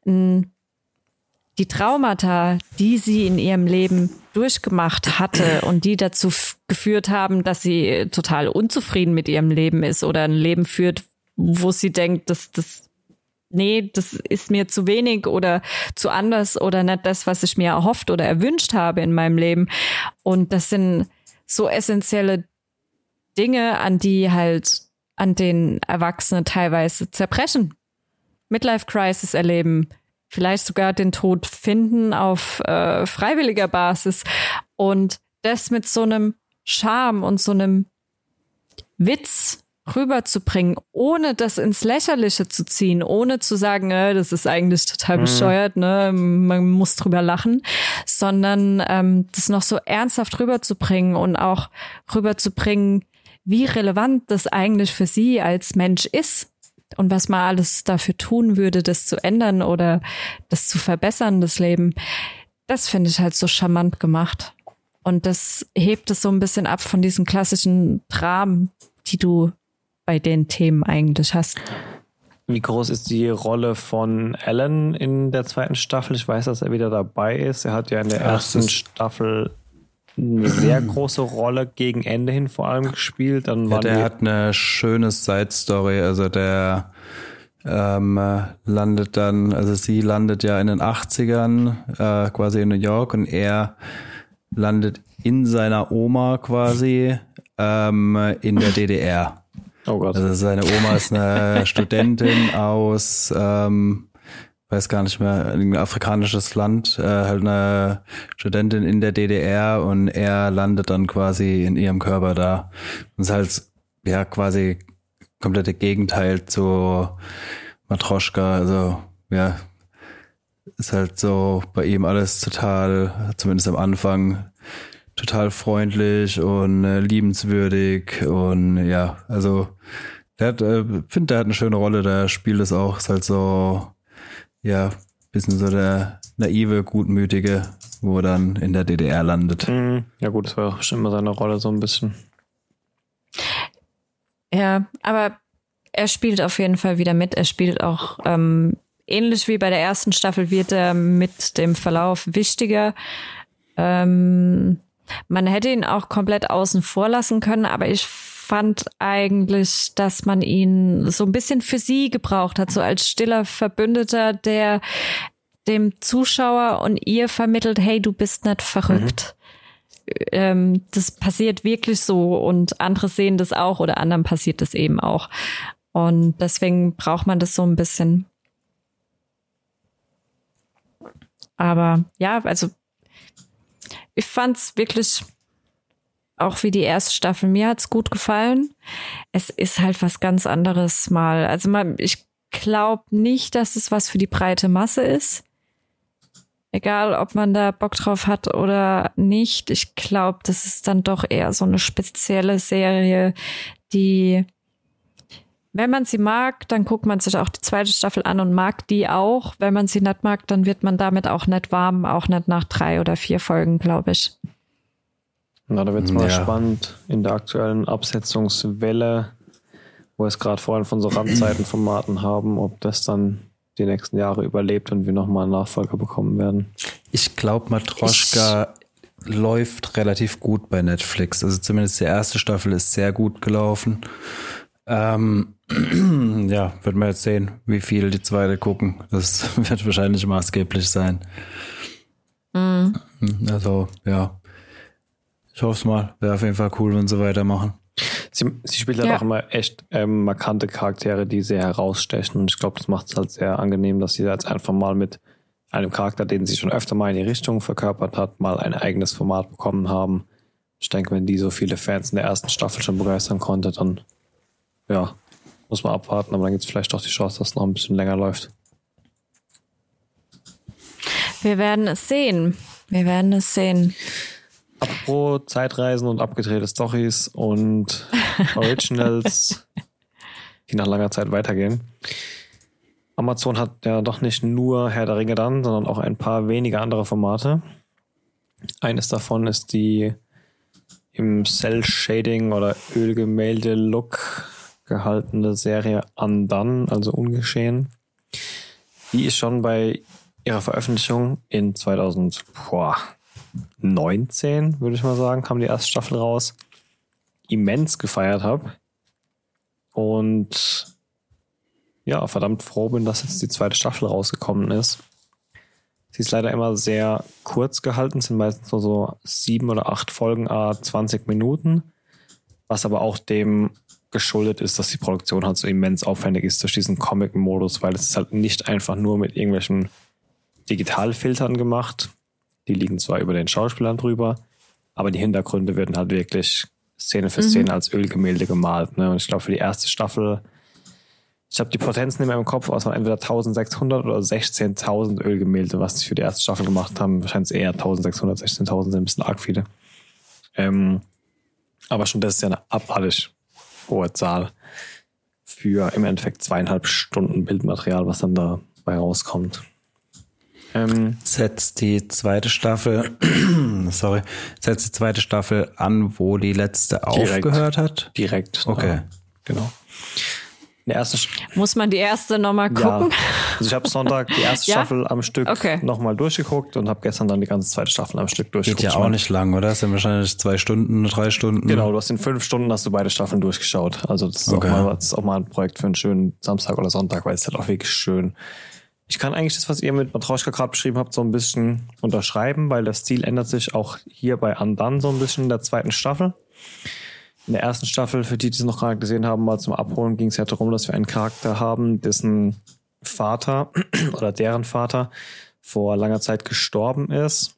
die Traumata, die sie in ihrem Leben durchgemacht hatte und die dazu f- geführt haben, dass sie total unzufrieden mit ihrem Leben ist oder ein Leben führt, wo sie denkt, dass das, nee, das ist mir zu wenig oder zu anders oder nicht das, was ich mir erhofft oder erwünscht habe in meinem Leben. Und das sind so essentielle Dinge, an die halt, an denen Erwachsene teilweise zerbrechen. Midlife-Crisis erleben, vielleicht sogar den Tod finden auf äh, freiwilliger Basis und das mit so einem Charme und so einem Witz rüberzubringen, ohne das ins Lächerliche zu ziehen, ohne zu sagen, äh, das ist eigentlich total bescheuert, ne, man muss drüber lachen, sondern ähm, das noch so ernsthaft rüberzubringen und auch rüberzubringen, wie relevant das eigentlich für sie als Mensch ist. Und was man alles dafür tun würde, das zu ändern oder das zu verbessern, das Leben, das finde ich halt so charmant gemacht. Und das hebt es so ein bisschen ab von diesen klassischen Dramen, die du bei den Themen eigentlich hast. Wie groß ist die Rolle von Alan in der zweiten Staffel? Ich weiß, dass er wieder dabei ist. Er hat ja in der Ach, ersten Staffel eine sehr große Rolle gegen Ende hin vor allem gespielt. Dann ja, der hat eine schöne Side-Story. Also der ähm, landet dann, also sie landet ja in den achtzigern äh, quasi in New York und er landet in seiner Oma quasi ähm, in der D D R. Oh Gott. Also seine Oma ist eine Studentin aus ähm, weiß gar nicht mehr, ein afrikanisches Land, äh, halt eine Studentin in der D D R und er landet dann quasi in ihrem Körper da. Und ist halt, ja, quasi komplette Gegenteil zu Matroschka, also, ja, ist halt so bei ihm alles total, zumindest am Anfang, total freundlich und äh, liebenswürdig und ja, also, der hat, äh, finde, der hat eine schöne Rolle, der spielt es auch, ist halt so, ja, bisschen so der naive, gutmütige, wo er dann in der D D R landet. Ja gut, das war auch schon immer seine Rolle so ein bisschen. Ja, aber er spielt auf jeden Fall wieder mit. Er spielt auch ähm, ähnlich wie bei der ersten Staffel wird er mit dem Verlauf wichtiger. Ähm, man hätte ihn auch komplett außen vor lassen können, aber ich fand eigentlich, dass man ihn so ein bisschen für sie gebraucht hat, so als stiller Verbündeter, der dem Zuschauer und ihr vermittelt, hey, du bist nicht verrückt. Mhm. Ähm, das passiert wirklich so und andere sehen das auch oder anderen passiert das eben auch. Und deswegen braucht man das so ein bisschen. Aber ja, also ich fand's wirklich auch wie die erste Staffel. Mir hat's gut gefallen. Es ist halt was ganz anderes mal. Also mal, ich glaube nicht, dass es was für die breite Masse ist. Egal, ob man da Bock drauf hat oder nicht. Ich glaube, das ist dann doch eher so eine spezielle Serie, die, wenn man sie mag, dann guckt man sich auch die zweite Staffel an und mag die auch. Wenn man sie nicht mag, dann wird man damit auch nicht warm, auch nicht nach drei oder vier Folgen, glaube ich. Na, da wird es mal ja. spannend in der aktuellen Absetzungswelle, wo wir es gerade vorhin von so Randzeitenformaten haben, ob das dann die nächsten Jahre überlebt und wir nochmal einen Nachfolger bekommen werden. Ich glaube, Matroschka ich läuft relativ gut bei Netflix. Also zumindest die erste Staffel ist sehr gut gelaufen. Ähm, ja, wird man jetzt sehen, wie viel die zweite gucken. Das wird wahrscheinlich maßgeblich sein. Mhm. Also, ja. Ich hoffe es mal. Wäre auf jeden Fall cool, wenn sie weitermachen. Sie, sie spielt halt ja. auch immer echt ähm, markante Charaktere, die sehr herausstechen. Und ich glaube, das macht es halt sehr angenehm, dass sie jetzt einfach mal mit einem Charakter, den sie schon öfter mal in die Richtung verkörpert hat, mal ein eigenes Format bekommen haben. Ich denke, wenn die so viele Fans in der ersten Staffel schon begeistern konnte, dann ja, muss man abwarten. Aber dann gibt es vielleicht auch die Chance, dass es noch ein bisschen länger läuft. Wir werden es sehen. Wir werden es sehen. Apropos Zeitreisen und abgedrehte Storys und Originals, die nach langer Zeit weitergehen. Amazon hat ja doch nicht nur Herr der Ringe dann, sondern auch ein paar wenige andere Formate. Eines davon ist die im Cell-Shading oder Ölgemälde-Look gehaltene Serie Undone, also Ungeschehen. Die ist schon bei ihrer Veröffentlichung in zweitausendneunzehn, würde ich mal sagen, kam die erste Staffel raus, immens gefeiert habe. Und ja, verdammt froh bin, dass jetzt die zweite Staffel rausgekommen ist. Sie ist leider immer sehr kurz gehalten, sind meistens nur so sieben oder acht Folgen, à zwanzig Minuten, was aber auch dem geschuldet ist, dass die Produktion halt so immens aufwendig ist durch diesen Comic-Modus, weil es ist halt nicht einfach nur mit irgendwelchen Digitalfiltern gemacht. Die liegen zwar über den Schauspielern drüber, aber die Hintergründe werden halt wirklich Szene für Szene mhm. als Ölgemälde gemalt. Ne? Und ich glaube, für die erste Staffel, ich habe die Potenzen nicht mehr im Kopf, aus entweder eintausendsechshundert oder sechzehntausend Ölgemälde, was sie für die erste Staffel gemacht haben. Wahrscheinlich eher eintausendsechshundert, sechzehntausend sind ein bisschen arg viele. Ähm, aber schon das ist ja eine abartig hohe Zahl für im Endeffekt zweieinhalb Stunden Bildmaterial, was dann dabei rauskommt. Ähm, setzt die zweite Staffel, sorry, setzt die zweite Staffel an, wo die letzte direkt, aufgehört hat? Direkt. Okay. Ja, genau. Die erste Muss man die erste nochmal gucken? Ja. Also ich habe Sonntag die erste ja? Staffel am Stück okay. nochmal durchgeguckt und habe gestern dann die ganze zweite Staffel am Stück durchgeguckt. Geht ja auch nicht lang, oder? Das sind wahrscheinlich zwei Stunden, drei Stunden. Genau, du hast in fünf Stunden hast du beide Staffeln durchgeschaut. Also das ist, okay. auch, mal, das ist auch mal ein Projekt für einen schönen Samstag oder Sonntag, weil es halt auch wirklich schön. Ich kann eigentlich das, was ihr mit Matroschka gerade beschrieben habt, so ein bisschen unterschreiben, weil der Stil ändert sich auch hier bei Undone so ein bisschen in der zweiten Staffel. In der ersten Staffel, für die, die es noch gar nicht gesehen haben, mal zum Abholen, ging es ja darum, dass wir einen Charakter haben, dessen Vater oder deren Vater vor langer Zeit gestorben ist.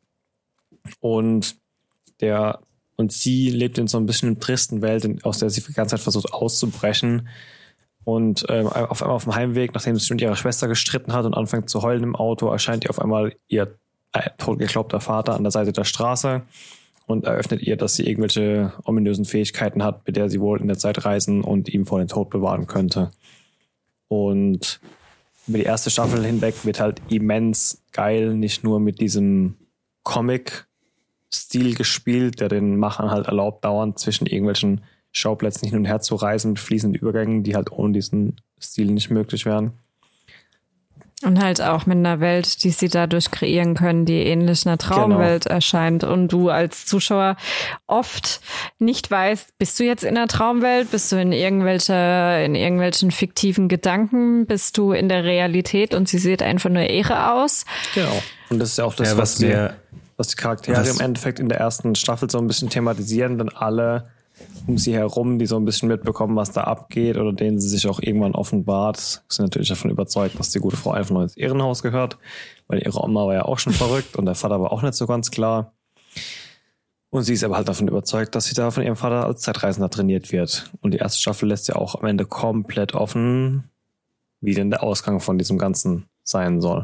Und der und sie lebt in so ein bisschen einer tristen Welt, aus der sie die ganze Zeit versucht auszubrechen. Und ähm, auf einmal auf dem Heimweg, nachdem sie sich mit ihrer Schwester gestritten hat und anfängt zu heulen im Auto, erscheint ihr auf einmal ihr äh, totgeglaubter Vater an der Seite der Straße und eröffnet ihr, dass sie irgendwelche ominösen Fähigkeiten hat, mit der sie wohl in der Zeit reisen und ihm vor dem Tod bewahren könnte. Und über die erste Staffel hinweg wird halt immens geil, nicht nur mit diesem Comic-Stil gespielt, der den Machern halt erlaubt, dauernd zwischen irgendwelchen Schauplätzen hin und her zu reisen mit fließenden Übergängen, die halt ohne diesen Stil nicht möglich wären. Und halt auch mit einer Welt, die sie dadurch kreieren können, die ähnlich einer Traumwelt genau. erscheint. Und du als Zuschauer oft nicht weißt, bist du jetzt in einer Traumwelt? Bist du in irgendwelche, in irgendwelchen fiktiven Gedanken? Bist du in der Realität und sie sieht einfach nur irre aus? Genau. Und das ist ja auch das, ja, was, was, die, was die Charaktere was im Endeffekt in der ersten Staffel so ein bisschen thematisieren, denn alle um sie herum, die so ein bisschen mitbekommen, was da abgeht oder denen sie sich auch irgendwann offenbart, sind natürlich davon überzeugt, dass die gute Frau einfach nur ins Irrenhaus gehört, weil ihre Oma war ja auch schon verrückt und der Vater war auch nicht so ganz klar. Und sie ist aber halt davon überzeugt, dass sie da von ihrem Vater als Zeitreisender trainiert wird. Und die erste Staffel lässt ja auch am Ende komplett offen, wie denn der Ausgang von diesem Ganzen sein soll.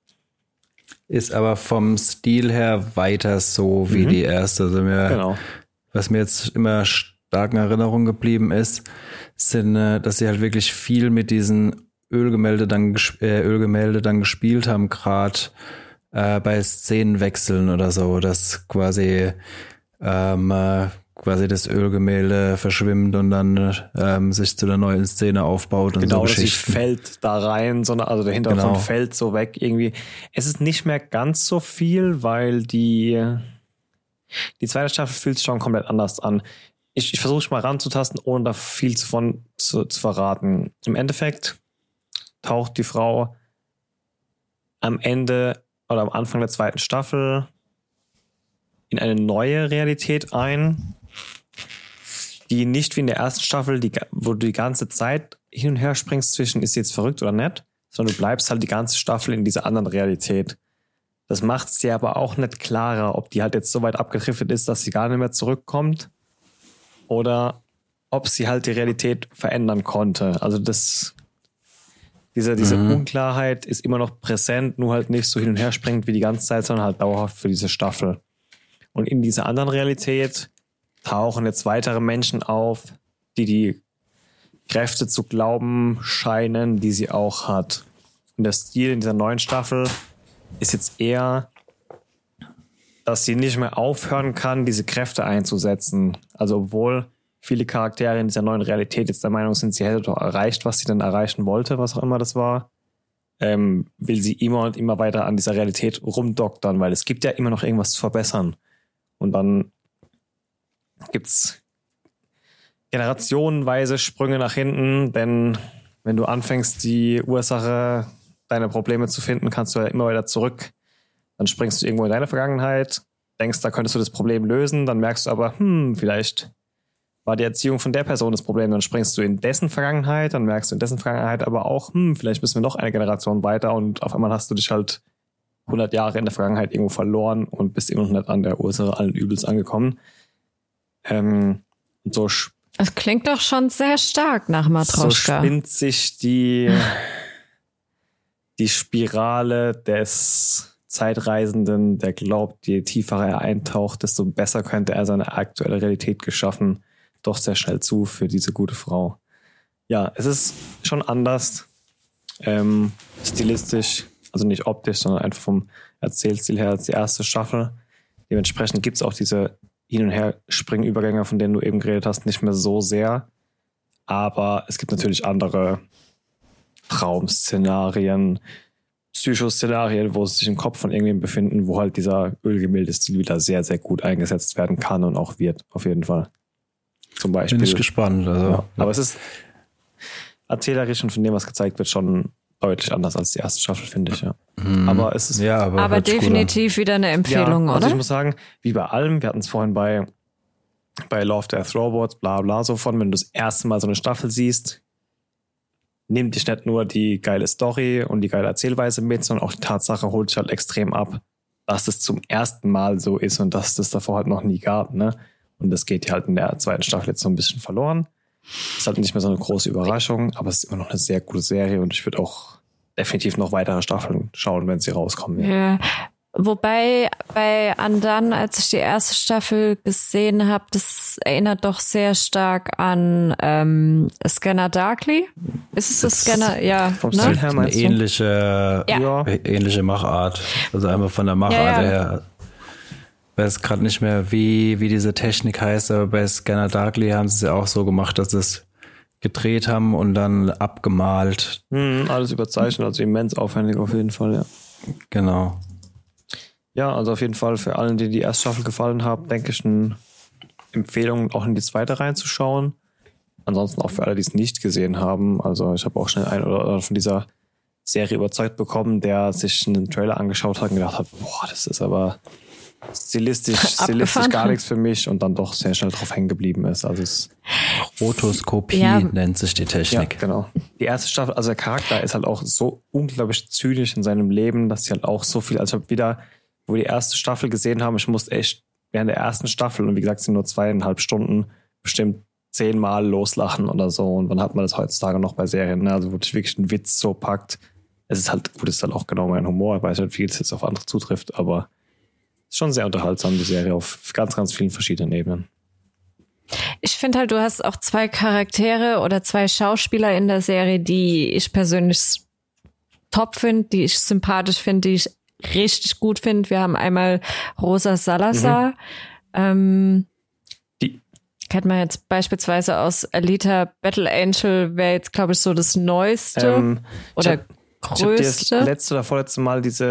Ist aber vom Stil her weiter so wie mhm. die erste. Also mir, genau. Was mir jetzt immer stark in Erinnerung geblieben ist, sind, dass sie halt wirklich viel mit diesen Ölgemälde dann, äh, Ölgemälde dann gespielt haben, gerade äh, bei Szenenwechseln oder so, dass quasi ähm, äh, quasi das Ölgemälde verschwimmt und dann ähm, sich zu der neuen Szene aufbaut und genau, so Geschichten. Genau, das fällt da rein, sondern also der Hintergrund genau. fällt so weg irgendwie. Es ist nicht mehr ganz so viel, weil die die zweite Staffel fühlt sich schon komplett anders an. Ich, ich versuche mal ranzutasten, ohne da viel von zu, zu verraten. Im Endeffekt taucht die Frau am Ende oder am Anfang der zweiten Staffel in eine neue Realität ein, die nicht wie in der ersten Staffel, die, wo du die ganze Zeit hin und her springst zwischen, ist sie jetzt verrückt oder nicht, sondern du bleibst halt die ganze Staffel in dieser anderen Realität. Das macht es dir aber auch nicht klarer, ob die halt jetzt so weit abgedriftet ist, dass sie gar nicht mehr zurückkommt oder ob sie halt die Realität verändern konnte. Also das, diese, diese mhm. Unklarheit ist immer noch präsent, nur halt nicht so hin und her springt wie die ganze Zeit, sondern halt dauerhaft für diese Staffel. Und in dieser anderen Realität tauchen jetzt weitere Menschen auf, die die Kräfte zu glauben scheinen, die sie auch hat. Und der Stil in dieser neuen Staffel ist jetzt eher, dass sie nicht mehr aufhören kann, diese Kräfte einzusetzen. Also obwohl viele Charaktere in dieser neuen Realität jetzt der Meinung sind, sie hätte doch erreicht, was sie denn erreichen wollte, was auch immer das war, ähm, will sie immer und immer weiter an dieser Realität rumdoktern, weil es gibt ja immer noch irgendwas zu verbessern. Und dann gibt's generationenweise Sprünge nach hinten, denn wenn du anfängst, die Ursache deiner Probleme zu finden, kannst du ja immer weiter zurück. Dann springst du irgendwo in deine Vergangenheit, denkst, da könntest du das Problem lösen, dann merkst du aber, hm, vielleicht war die Erziehung von der Person das Problem. Dann springst du in dessen Vergangenheit, dann merkst du in dessen Vergangenheit aber auch, hm, vielleicht müssen wir noch eine Generation weiter und auf einmal hast du dich halt hundert Jahre in der Vergangenheit irgendwo verloren und bist immer noch nicht an der Ursache allen Übels angekommen. Ähm, und so es klingt doch schon sehr stark nach Matroschka. So spinnt sich die, die Spirale des Zeitreisenden, der glaubt, je tiefer er eintaucht, desto besser könnte er seine aktuelle Realität geschaffen, doch sehr schnell zu für diese gute Frau. Ja, es ist schon anders, ähm, stilistisch, also nicht optisch, sondern einfach vom Erzählstil her als die erste Staffel. Dementsprechend gibt es auch diese Hin- und Her-Springübergänge, von denen du eben geredet hast, nicht mehr so sehr. Aber es gibt natürlich andere Traumszenarien, Psychoszenarien, wo sie sich im Kopf von irgendjemandem befinden, wo halt dieser Ölgemälde-Stil wieder sehr, sehr gut eingesetzt werden kann und auch wird, auf jeden Fall. Zum Beispiel. Bin ich gespannt. Also, ja. Aber es ist erzählerisch und von dem, was gezeigt wird, schon deutlich anders als die erste Staffel, finde ich, ja. Mhm. Aber es ist. Ja, aber aber definitiv wieder eine Empfehlung, ja, also oder? Ich muss sagen, wie bei allem, wir hatten es vorhin bei, bei Love, Death, Robots, bla bla so von, wenn du das erste Mal so eine Staffel siehst, nimmt dich nicht nur die geile Story und die geile Erzählweise mit, sondern auch die Tatsache holt dich halt extrem ab, dass es zum ersten Mal so ist und dass es das davor halt noch nie gab, ne? Und das geht halt in der zweiten Staffel jetzt so ein bisschen verloren. Ist halt nicht mehr so eine große Überraschung, aber es ist immer noch eine sehr gute Serie und ich würde auch definitiv noch weitere Staffeln schauen, wenn sie rauskommen. Ja. Ja. Wobei bei Undone, als ich die erste Staffel gesehen habe, das erinnert doch sehr stark an ähm, Scanner Darkly. Ist es das, das Scanner? Ja. Vom ne? Stil her eine ähnliche, ja. ähnliche Machart. Also einfach von der Machart ja, ja. her. weiß gerade nicht mehr, wie, wie diese Technik heißt, aber bei Scanner Darkly haben sie es ja auch so gemacht, dass sie es gedreht haben und dann abgemalt. Mhm, alles überzeichnet, also immens aufwendig auf jeden Fall, ja. Genau. Ja, also auf jeden Fall für allen, die die erste Staffel gefallen haben, denke ich, eine Empfehlung, auch in die zweite reinzuschauen. Ansonsten auch für alle, die es nicht gesehen haben. Also ich habe auch schnell einen oder anderen von dieser Serie überzeugt bekommen, der sich einen Trailer angeschaut hat und gedacht hat, boah, das ist aber stilistisch, stilistisch gar nichts für mich und dann doch sehr schnell drauf hängen geblieben ist. Also es Rotoskopie ja. nennt sich die Technik. Ja, genau. Die erste Staffel, also der Charakter ist halt auch so unglaublich zynisch in seinem Leben, dass sie halt auch so viel, also ich habe wieder, wo wir die erste Staffel gesehen haben, ich musste echt während der ersten Staffel, und wie gesagt, es sind nur zweieinhalb Stunden, bestimmt zehnmal loslachen oder so. Und wann hat man das heutzutage noch bei Serien? Ne? Also wo dich wirklich ein Witz so packt. Es ist halt, gut, es ist halt auch genau mein Humor. Ich weiß nicht, wie es jetzt auf andere zutrifft, aber es ist schon sehr unterhaltsam, die Serie, auf ganz, ganz vielen verschiedenen Ebenen. Ich finde halt, du hast auch zwei Charaktere oder zwei Schauspieler in der Serie, die ich persönlich top finde, die ich sympathisch finde, die ich richtig gut finde. Wir haben einmal Rosa Salazar. Mhm. Ähm, die kennt man jetzt beispielsweise aus Alita. Battle Angel wäre jetzt, glaube ich, so das Neueste ähm, oder hab, größte. Ich habe dir das letzte oder vorletzte Mal diese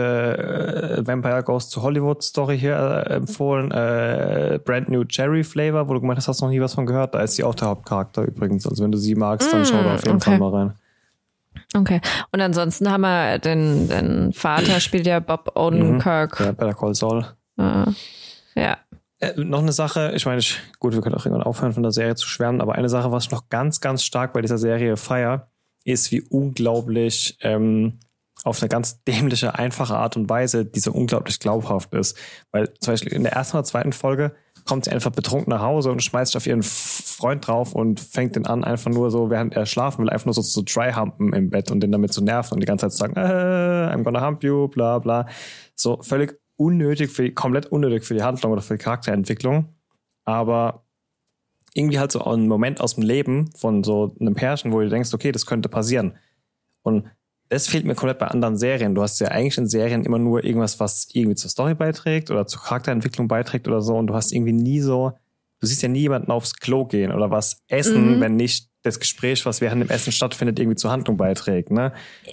äh, Vampire Goes to Hollywood Story hier äh, empfohlen. Äh, Brand New Cherry Flavor, wo du gemeint hast, hast du noch nie was von gehört. Da ist sie auch der Hauptcharakter übrigens. Also wenn du sie magst, dann mm, schau da auf jeden okay. Fall mal rein. Okay. Und ansonsten haben wir den, den Vater spielt ja Bob Odenkirk. Mhm. Ja, Better Call Saul. Uh, ja. Äh, noch eine Sache, ich meine, ich, gut, wir können auch irgendwann aufhören, von der Serie zu schwärmen, aber eine Sache, was ich noch ganz, ganz stark bei dieser Serie feiere, ist, wie unglaublich ähm, auf eine ganz dämliche, einfache Art und Weise diese unglaublich glaubhaft ist. Weil zum Beispiel in der ersten oder zweiten Folge kommt sie einfach betrunken nach Hause und schmeißt sich auf ihren Freund drauf und fängt den an, einfach nur so, während er schlafen will, einfach nur so zu dry-humpen im Bett und den damit zu nerven und die ganze Zeit zu sagen, äh, I'm gonna hump you, bla bla. So völlig unnötig, für die, komplett unnötig für die Handlung oder für die Charakterentwicklung. Aber irgendwie halt so ein Moment aus dem Leben von so einem Pärchen, wo du denkst, okay, das könnte passieren. Und das fehlt mir komplett bei anderen Serien. Du hast ja eigentlich in Serien immer nur irgendwas, was irgendwie zur Story beiträgt oder zur Charakterentwicklung beiträgt oder so. Und du hast irgendwie nie so, du siehst ja nie jemanden aufs Klo gehen oder was essen, mhm. wenn nicht das Gespräch, was während dem Essen stattfindet, irgendwie zur Handlung beiträgt. Ne?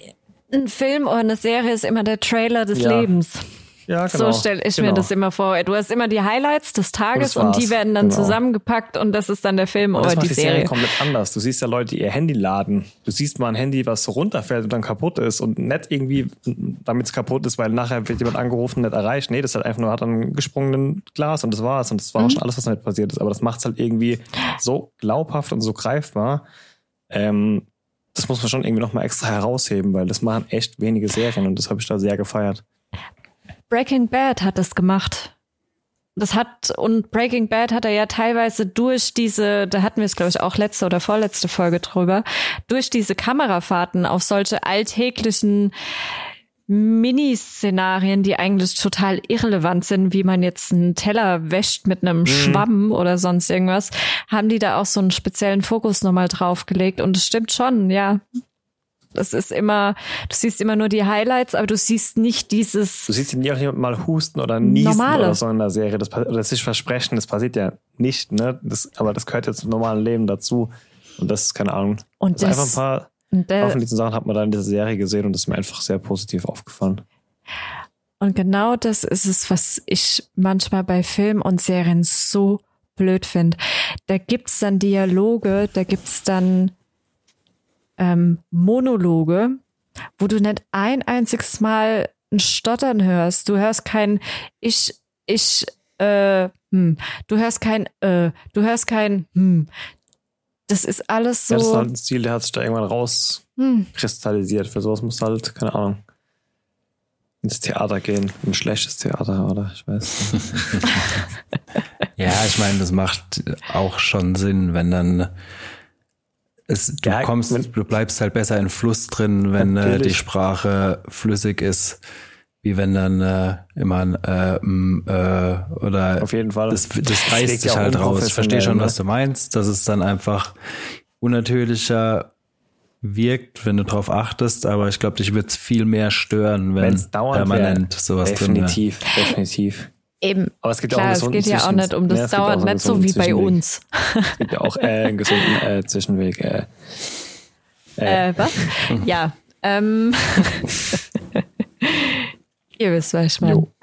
Ein Film oder eine Serie ist immer der Trailer des ja. Lebens. Ja, genau. So stelle ich genau. mir das immer vor. Du hast immer die Highlights des Tages und, und die werden dann genau. zusammengepackt und das ist dann der Film oder die, die Serie. Serie komplett anders. Du siehst ja Leute, die ihr Handy laden. Du siehst mal ein Handy, was so runterfällt und dann kaputt ist und nicht irgendwie, damit es kaputt ist, weil nachher wird jemand angerufen und nicht erreicht. Nee, das hat einfach nur hat ein gesprungenen Glas und das war's. Und das war mhm. auch schon alles, was damit passiert ist. Aber das macht es halt irgendwie so glaubhaft und so greifbar. Ähm, das muss man schon irgendwie nochmal extra herausheben, weil das machen echt wenige Serien und das habe ich da sehr gefeiert. Breaking Bad hat das gemacht. Das hat, und Breaking Bad hat er ja teilweise durch diese, da hatten wir es, glaube ich, auch letzte oder vorletzte Folge drüber, durch diese Kamerafahrten auf solche alltäglichen Miniszenarien, die eigentlich total irrelevant sind, wie man jetzt einen Teller wäscht mit einem mhm. Schwamm oder sonst irgendwas, haben die da auch so einen speziellen Fokus nochmal draufgelegt. Und es stimmt schon, ja. Das ist immer, du siehst immer nur die Highlights, aber du siehst nicht dieses. Du siehst nie auch jemand mal husten oder niesen normale. Oder so in der Serie. Das, oder sich versprechen, das passiert ja nicht, ne? Das, aber das gehört jetzt zum normalen Leben dazu. Und das ist keine Ahnung. Und das das, einfach ein paar, ein paar von diesen Sachen hat man da in dieser Serie gesehen und das ist mir einfach sehr positiv aufgefallen. Und genau das ist es, was ich manchmal bei Filmen und Serien so blöd finde. Da gibt's dann Dialoge, da gibt's dann Ähm, Monologe, wo du nicht ein einziges Mal ein Stottern hörst. Du hörst kein ich, ich, äh, hm. Du hörst kein äh, du hörst kein hm. Das ist alles so. Ja, das ist halt ein Stil, der hat sich da irgendwann rauskristallisiert. Hm. Für sowas muss halt, keine Ahnung, ins Theater gehen. Ein schlechtes Theater, oder? Ich weiß nicht. Ja, ich meine, das macht auch schon Sinn, wenn dann Es, du ja, kommst, du bleibst halt besser in Fluss drin, wenn äh, die Sprache flüssig ist, wie wenn dann äh, immer ein äh, äh, oder auf jeden Fall. Das, das reißt sich halt raus. Ich verstehe schon, was du meinst, dass es dann einfach unnatürlicher wirkt, wenn du drauf achtest, aber ich glaube, dich wird es viel mehr stören, wenn permanent sowas drin wäre. Definitiv, definitiv. Eben. Aber es gibt Klar, ja auch es einen geht gesunden ja auch Zwischen- nicht um das Ja, es gibt auch dauert so einen nicht so gesunden wie bei Zwischenweg. uns. Es gibt ja auch äh, einen gesunden äh, Zwischenweg. Äh. Äh. Äh, was? Ja. Ähm. Ihr wisst, was ich meine. Jo.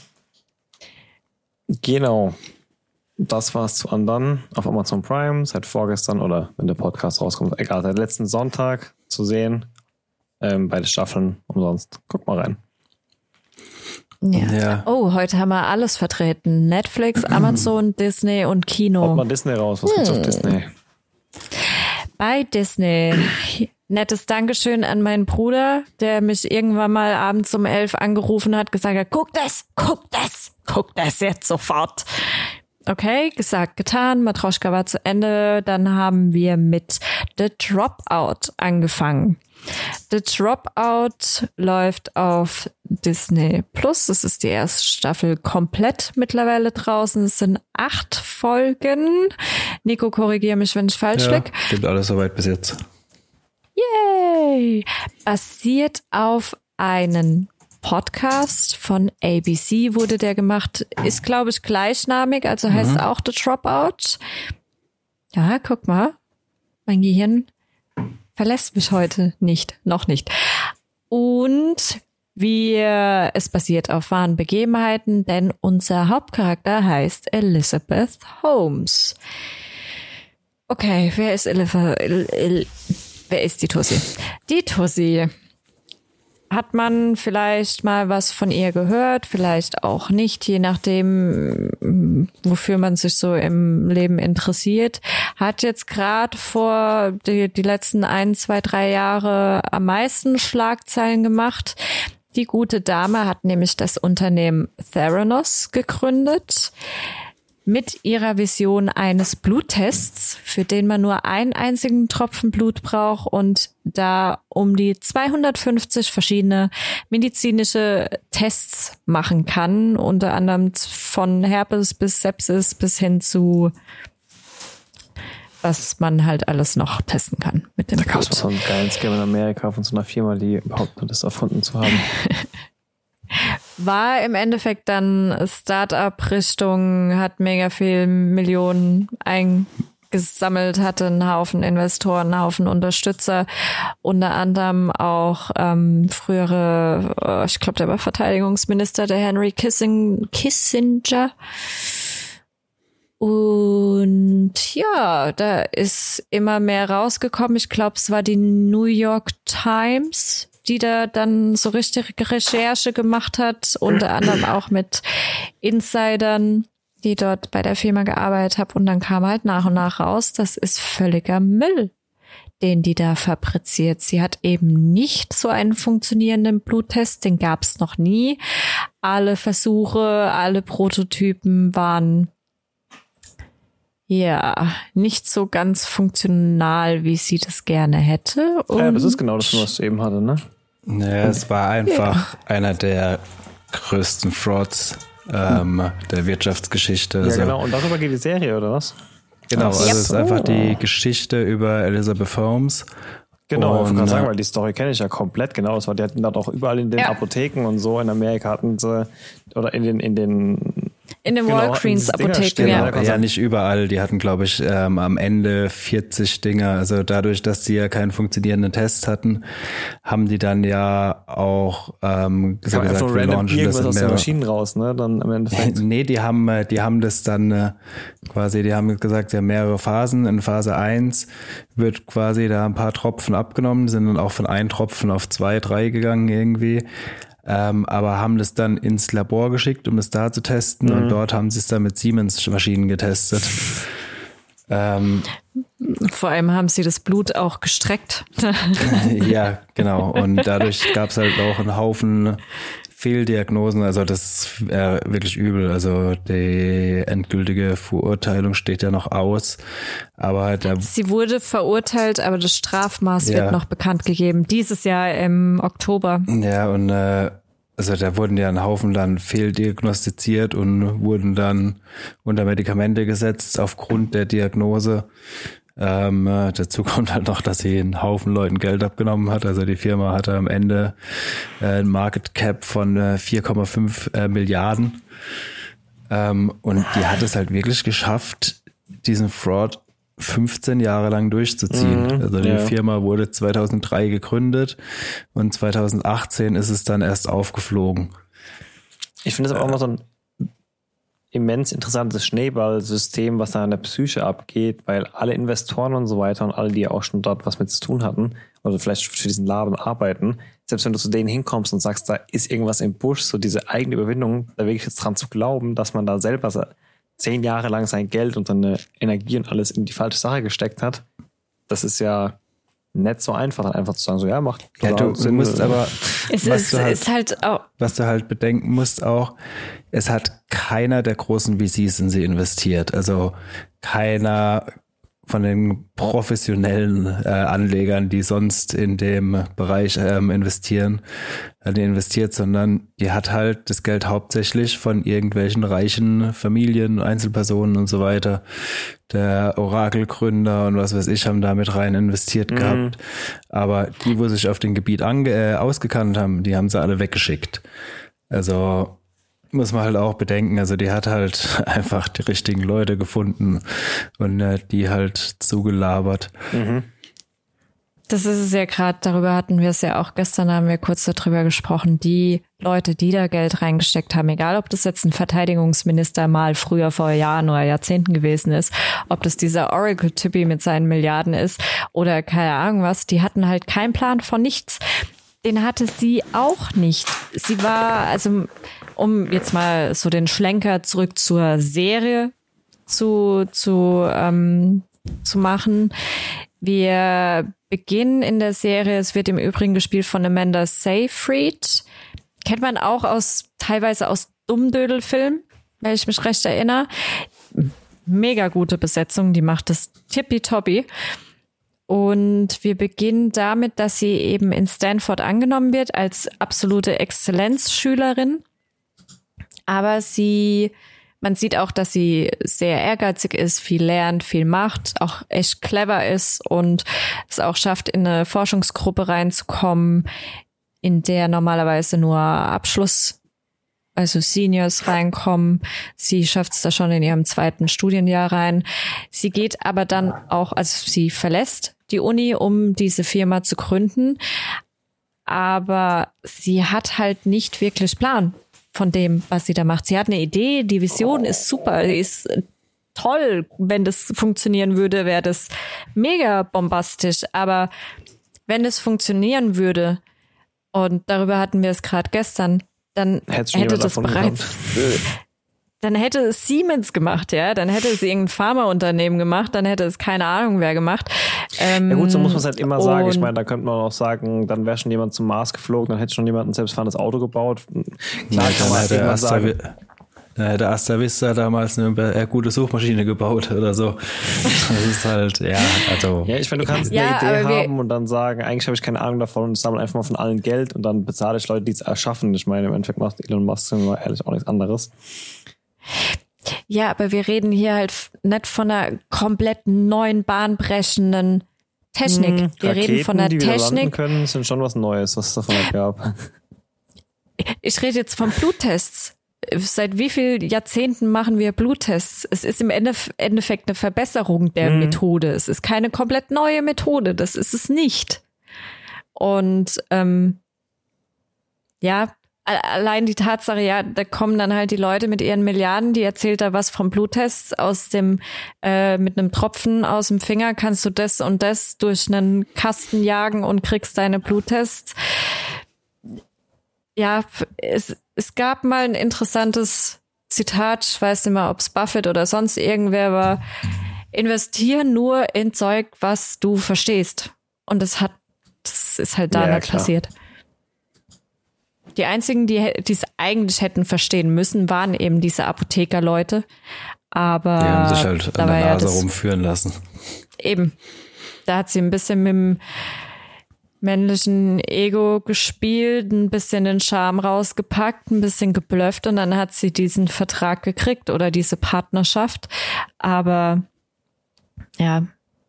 Genau. Das war's zu anderen auf Amazon Prime seit vorgestern oder wenn der Podcast rauskommt, egal, seit letzten Sonntag zu sehen. Ähm, beide Staffeln umsonst. Guck mal rein. Ja. Ja. Oh, heute haben wir alles vertreten. Netflix, Amazon, Disney und Haut Kino. mal Disney raus. Was gibt's auf Disney? Bei Disney. Nettes Dankeschön an meinen Bruder, der mich irgendwann mal abends um elf angerufen hat, gesagt hat, guck das, guck das, guck das jetzt sofort. Okay, gesagt, getan. Matroschka war zu Ende. Dann haben wir mit The Dropout angefangen. The Dropout läuft auf Disney Plus. Das ist die erste Staffel komplett mittlerweile draußen. Es sind acht Folgen. Nico, korrigiere mich, wenn ich falsch Ja, lieg. stimmt alles soweit bis jetzt. Yay! Basiert auf einen Podcast von A B C wurde der gemacht. Ist, glaube ich, gleichnamig, also heißt Mhm. auch The Dropout. Ja, guck mal. Mein Gehirn verlässt mich heute nicht. Noch nicht. Und wir, es basiert auf wahren Begebenheiten, denn unser Hauptcharakter heißt Elizabeth Holmes. Okay, wer ist Elizabeth? El, El, wer ist die Tussi? Die Tussi. Hat man vielleicht mal was von ihr gehört, vielleicht auch nicht, je nachdem, wofür man sich so im Leben interessiert. Hat jetzt gerade vor die, die letzten ein, zwei, drei Jahre am meisten Schlagzeilen gemacht. Die gute Dame hat nämlich das Unternehmen Theranos gegründet. Mit ihrer Vision eines Bluttests, für den man nur einen einzigen Tropfen Blut braucht und da um die zweihundertfünfzig verschiedene medizinische Tests machen kann, unter anderem von Herpes bis Sepsis bis hin zu was man halt alles noch testen kann mit dem Da gab es Blut. so einen geilen Scam in Amerika von so einer Firma, die überhaupt nur das erfunden zu haben. War im Endeffekt dann Start-up-Richtung, hat mega viel Millionen eingesammelt, hatte einen Haufen Investoren, einen Haufen Unterstützer, unter anderem auch ähm, frühere, äh, ich glaube, der war Verteidigungsminister, der Henry Kissing, Kissinger. Und ja, da ist immer mehr rausgekommen. Ich glaube, es war die New York Times, die da dann so richtig Recherche gemacht hat, unter anderem auch mit Insidern, die dort bei der Firma gearbeitet haben. Und dann kam halt nach und nach raus, das ist völliger Müll, den die da fabriziert. Sie hat eben nicht so einen funktionierenden Bluttest, den gab es noch nie. Alle Versuche, alle Prototypen waren ja nicht so ganz funktional, wie sie das gerne hätte. Und Ja, das ist genau das, was du eben hatte, ne? Ja, es war einfach einer der größten Frauds ähm, der Wirtschaftsgeschichte. Ja, Also, genau. Und darüber geht die Serie, oder was? genau, also Ach es ist so. einfach die Geschichte über Elizabeth Holmes. Genau, ich Und, kann sagen, äh, weil die Story kenne ich ja komplett, genau. Das war, die hatten dort auch überall in den Ja. Apotheken und so in Amerika hatten sie, oder in den, in den, in den genau, Walgreens in diese Dinger Apotheken, stehen, ja. da kann Ja, sein. nicht überall. Die hatten, glaube ich, ähm, am Ende vierzig Dinger. Also dadurch, dass sie ja keinen funktionierenden Test hatten, haben die dann ja auch ähm, so Kam gesagt, einfach wir random launchen das irgendwas in aus den mehrere- Maschinen raus, ne? Dann im Endeffekt. Nee, die haben, äh, die haben das dann äh, quasi, die haben gesagt, sie haben mehrere Phasen. In Phase eins wird quasi da ein paar Tropfen abgenommen, sind dann auch von ein Tropfen auf zwei, drei gegangen irgendwie. Ähm, aber haben das dann ins Labor geschickt, um es da zu testen. Und dort haben sie es dann mit Siemens-Maschinen getestet. ähm, Vor allem haben sie das Blut auch gestreckt. ja, genau. Und dadurch gab es halt auch einen Haufen Fehldiagnosen. Also das ist äh, wirklich übel. Also die endgültige Verurteilung steht ja noch aus. Aber da, Sie wurde verurteilt, aber das Strafmaß Ja. wird noch bekannt gegeben. Dieses Jahr im Oktober. ja, und äh, also da wurden ja ein Haufen dann fehldiagnostiziert und wurden dann unter Medikamente gesetzt aufgrund der Diagnose. Ähm, äh, dazu kommt halt noch, dass sie einen Haufen Leuten Geld abgenommen hat. Also die Firma hatte am Ende äh, ein Market Cap von äh, vier Komma fünf äh, Milliarden. Ähm, und die hat es halt wirklich geschafft, diesen Fraud fünfzehn Jahre lang durchzuziehen. Mhm, also die ja. Firma wurde zweitausenddrei gegründet und zweitausendachtzehn ist es dann erst aufgeflogen. Ich finde das auch immer so ein immens interessantes Schneeballsystem, was da in der Psyche abgeht, weil alle Investoren und so weiter und alle, die ja auch schon dort was mit zu tun hatten oder vielleicht für diesen Laden arbeiten, selbst wenn du zu denen hinkommst und sagst, da ist irgendwas im Busch, so diese eigene Überwindung, da wirklich jetzt dran zu glauben, dass man da selber zehn Jahre lang sein Geld und seine Energie und alles in die falsche Sache gesteckt hat, das ist ja nicht so einfach, dann einfach zu sagen, so ja, macht ja, du, du musst aber, es was, ist, du halt, ist halt auch, was du halt bedenken musst auch, es hat keiner der großen V Cs in sie investiert, also keiner von den professionellen äh, Anlegern, die sonst in dem Bereich ähm, investieren, äh, die investiert, sondern die hat halt das Geld hauptsächlich von irgendwelchen reichen Familien, Einzelpersonen und so weiter. Der Oracle-Gründer und was weiß ich haben da mit rein investiert mhm. gehabt. Aber die, wo sich auf dem Gebiet ange- äh, ausgekannt haben, die haben sie alle weggeschickt. Also muss man halt auch bedenken, also die hat halt einfach die richtigen Leute gefunden und äh, die halt zugelabert. Mhm. Das ist es ja gerade, darüber hatten wir es ja auch, gestern haben wir kurz darüber gesprochen, die Leute, die da Geld reingesteckt haben, egal ob das jetzt ein Verteidigungsminister mal früher vor Jahren oder Jahrzehnten gewesen ist, ob das dieser Oracle-Typi mit seinen Milliarden ist oder keine Ahnung was, die hatten halt keinen Plan von nichts. Den hatte sie auch nicht. Sie war, also um jetzt mal so den Schlenker zurück zur Serie zu, zu, ähm, zu machen. Wir beginnen in der Serie, es wird im Übrigen gespielt von Amanda Seyfried. Kennt man auch aus, teilweise aus Dummdödel-Filmen, wenn ich mich recht erinnere. Mega gute Besetzung, die macht das tippitoppi. Und wir beginnen damit, dass sie eben in Stanford angenommen wird als absolute Exzellenzschülerin. Aber sie, man sieht auch, dass sie sehr ehrgeizig ist, viel lernt, viel macht, auch echt clever ist und es auch schafft, in eine Forschungsgruppe reinzukommen, in der normalerweise nur Abschluss, also Seniors reinkommen. Sie schafft es da schon in ihrem zweiten Studienjahr rein. Sie geht aber dann auch, also sie verlässt die Uni, um diese Firma zu gründen. Aber sie hat halt nicht wirklich Plan von dem, was sie da macht. Sie hat eine Idee, die Vision ist super, die ist toll. Wenn das funktionieren würde, wäre das mega bombastisch. Aber wenn es funktionieren würde, und darüber hatten wir es gerade gestern, dann hätte das bereits, dann hätte es Siemens gemacht, ja, dann hätte es irgendein Pharmaunternehmen gemacht, dann hätte es keine Ahnung wer gemacht. Ähm, ja gut, so muss man es halt immer sagen. Ich meine, da könnte man auch sagen, dann wäre schon jemand zum Mars geflogen, dann hätte schon jemand ein selbstfahrendes Auto gebaut. Klar, kann man halt immer sagen. Da hätte Asta Vista damals eine gute Suchmaschine gebaut oder so. Das ist halt, ja, also. Ja, ich meine, du kannst eine ja, Idee haben und dann sagen, eigentlich habe ich keine Ahnung davon und sammle einfach mal von allen Geld und dann bezahle ich Leute, die es erschaffen. Ich meine, im Endeffekt macht Elon Musk, sind wir ehrlich, auch nichts anderes. Ja, aber wir reden hier halt nicht von einer komplett neuen, bahnbrechenden Technik. Hm, wir Raketen, reden von der die Technik. Wir landen können, sind schon was Neues, was es davon gab. Ich rede jetzt von Bluttests. Seit wie vielen Jahrzehnten machen wir Bluttests? Es ist im Endeffekt eine Verbesserung der mhm. Methode. Es ist keine komplett neue Methode. Das ist es nicht. Und ähm, ja, allein die Tatsache, ja, da kommen dann halt die Leute mit ihren Milliarden, die erzählt da was vom Bluttest aus dem, äh, mit einem Tropfen aus dem Finger kannst du das und das durch einen Kasten jagen und kriegst deine Bluttests. Ja, es, es gab mal ein interessantes Zitat, ich weiß nicht mehr, ob es Buffett oder sonst irgendwer war. Investier nur in Zeug, was du verstehst. Und das hat, das ist halt da ja, nicht passiert. Die einzigen, die es eigentlich hätten verstehen müssen, waren eben diese Apothekerleute. Aber die haben sich halt an der Nase ja rumführen lassen. Eben. Da hat sie ein bisschen mit dem männlichen Ego gespielt, ein bisschen den Charme rausgepackt, ein bisschen geblufft und dann hat sie diesen Vertrag gekriegt oder diese Partnerschaft. Aber ja,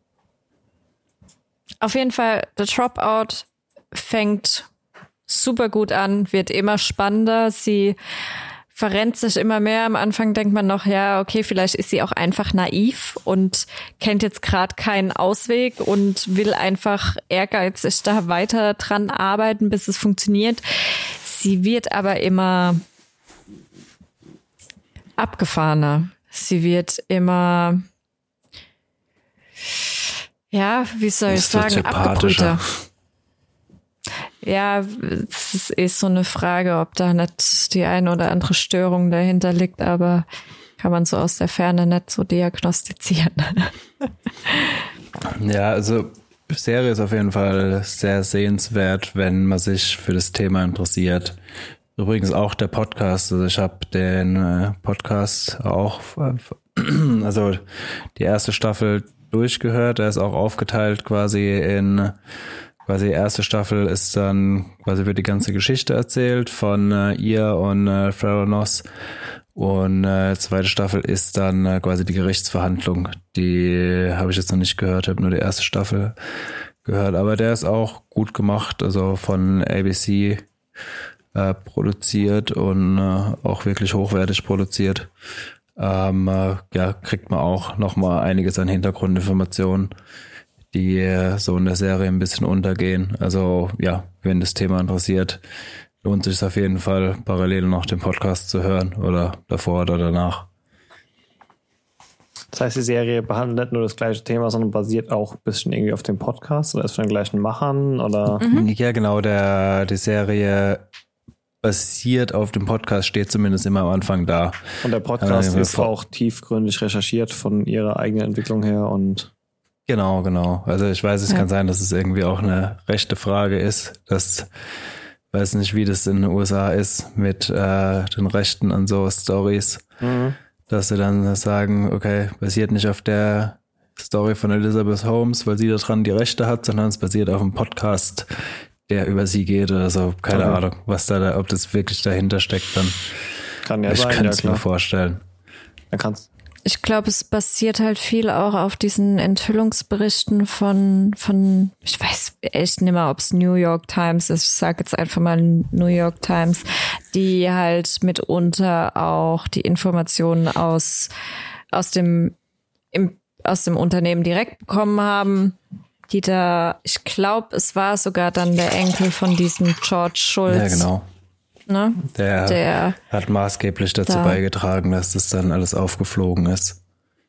auf jeden Fall, The Dropout fängt super gut an, wird immer spannender. Sie verrennt sich immer mehr. Am Anfang denkt man noch, ja, okay, vielleicht ist sie auch einfach naiv und kennt jetzt gerade keinen Ausweg und will einfach ehrgeizig da weiter dran arbeiten, bis es funktioniert. Sie wird aber immer abgefahrener. Sie wird immer, ja, wie soll ich sagen, abgebrühter. Ja, es ist so eine Frage, ob da nicht die eine oder andere Störung dahinter liegt, aber kann man so aus der Ferne nicht so diagnostizieren. Ja, also Serie ist auf jeden Fall sehr sehenswert, wenn man sich für das Thema interessiert. Übrigens auch der Podcast, also ich habe den Podcast auch, also die erste Staffel durchgehört, der ist auch aufgeteilt quasi in Quasi die erste Staffel ist dann, quasi wird die ganze Geschichte erzählt von äh, ihr und äh, Theranos. Und äh, zweite Staffel ist dann äh, quasi die Gerichtsverhandlung. Die habe ich jetzt noch nicht gehört, habe nur die erste Staffel gehört. Aber der ist auch gut gemacht, also von A B C äh, produziert und äh, auch wirklich hochwertig produziert. Ähm, äh, ja, kriegt man auch nochmal einiges an Hintergrundinformationen, die so in der Serie ein bisschen untergehen. Also ja, wenn das Thema interessiert, lohnt sich es auf jeden Fall, parallel noch den Podcast zu hören oder davor oder danach. Das heißt, die Serie behandelt nicht nur das gleiche Thema, sondern basiert auch ein bisschen irgendwie auf dem Podcast oder ist von den gleichen Machern oder? Mhm. Ja, genau, der, die Serie basiert auf dem Podcast, steht zumindest immer am Anfang da. Und der Podcast äh, ist auch tiefgründig recherchiert von ihrer eigenen Entwicklung her und Genau, genau. Also ich weiß, es ja. kann sein, dass es irgendwie auch eine rechte Frage ist. Das weiß nicht, wie das in den U S A ist mit äh, den Rechten an so Stories, mhm. dass sie dann sagen, okay, basiert nicht auf der Story von Elizabeth Holmes, weil sie daran die Rechte hat, sondern es basiert auf einem Podcast, der über sie geht oder so. Keine okay. Ahnung, was da, da, ob das wirklich dahinter steckt dann. Kann ja ich sein, kann ja, es mir vorstellen. Er kann's. Ich glaube, es basiert halt viel auch auf diesen Enthüllungsberichten von, von, ich weiß echt nicht mehr, ob es New York Times ist, ich sage jetzt einfach mal New York Times, die halt mitunter auch die Informationen aus, aus dem, im, aus dem Unternehmen direkt bekommen haben, die da, ich glaube, es war sogar dann der Enkel von diesem George Schultz. Ja, genau. Ne? Der, der hat maßgeblich dazu da. beigetragen, dass das dann alles aufgeflogen ist.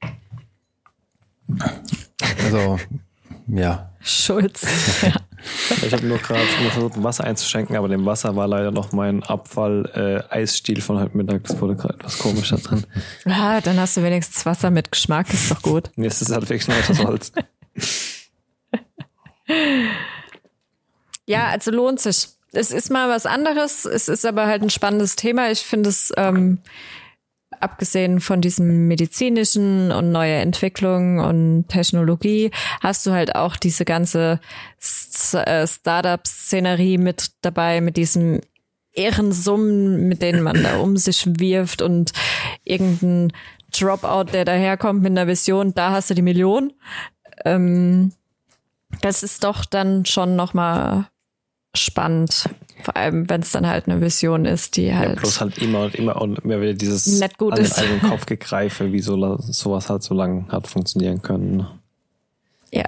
Also, ja. Schulz. Ja. Ich habe nur gerade versucht, Wasser einzuschenken, aber dem Wasser war leider noch mein Abfall-Eisstiel äh, von heute Mittag. Das wurde gerade etwas komisch da drin. Ja, dann hast du wenigstens Wasser mit Geschmack, ist doch gut. Nee, es ist halt wirklich nur das Holz. Ja, also lohnt sich. Es ist mal was anderes, es ist aber halt ein spannendes Thema. Ich finde es, ähm, abgesehen von diesem medizinischen und neue Entwicklung und Technologie, hast du halt auch diese ganze Startup-Szenerie mit dabei, mit diesen Ehrensummen, mit denen man da um sich wirft und irgendein Dropout, der daherkommt mit einer Vision, da hast du die Million. Ähm, das ist doch dann schon nochmal spannend, vor allem wenn es dann halt eine Vision ist, die halt, ja, bloß halt immer und immer und immer wieder dieses nicht gut an den ist. eigenen Kopf gegreife, wie so, sowas halt so lang hat funktionieren können. Ja.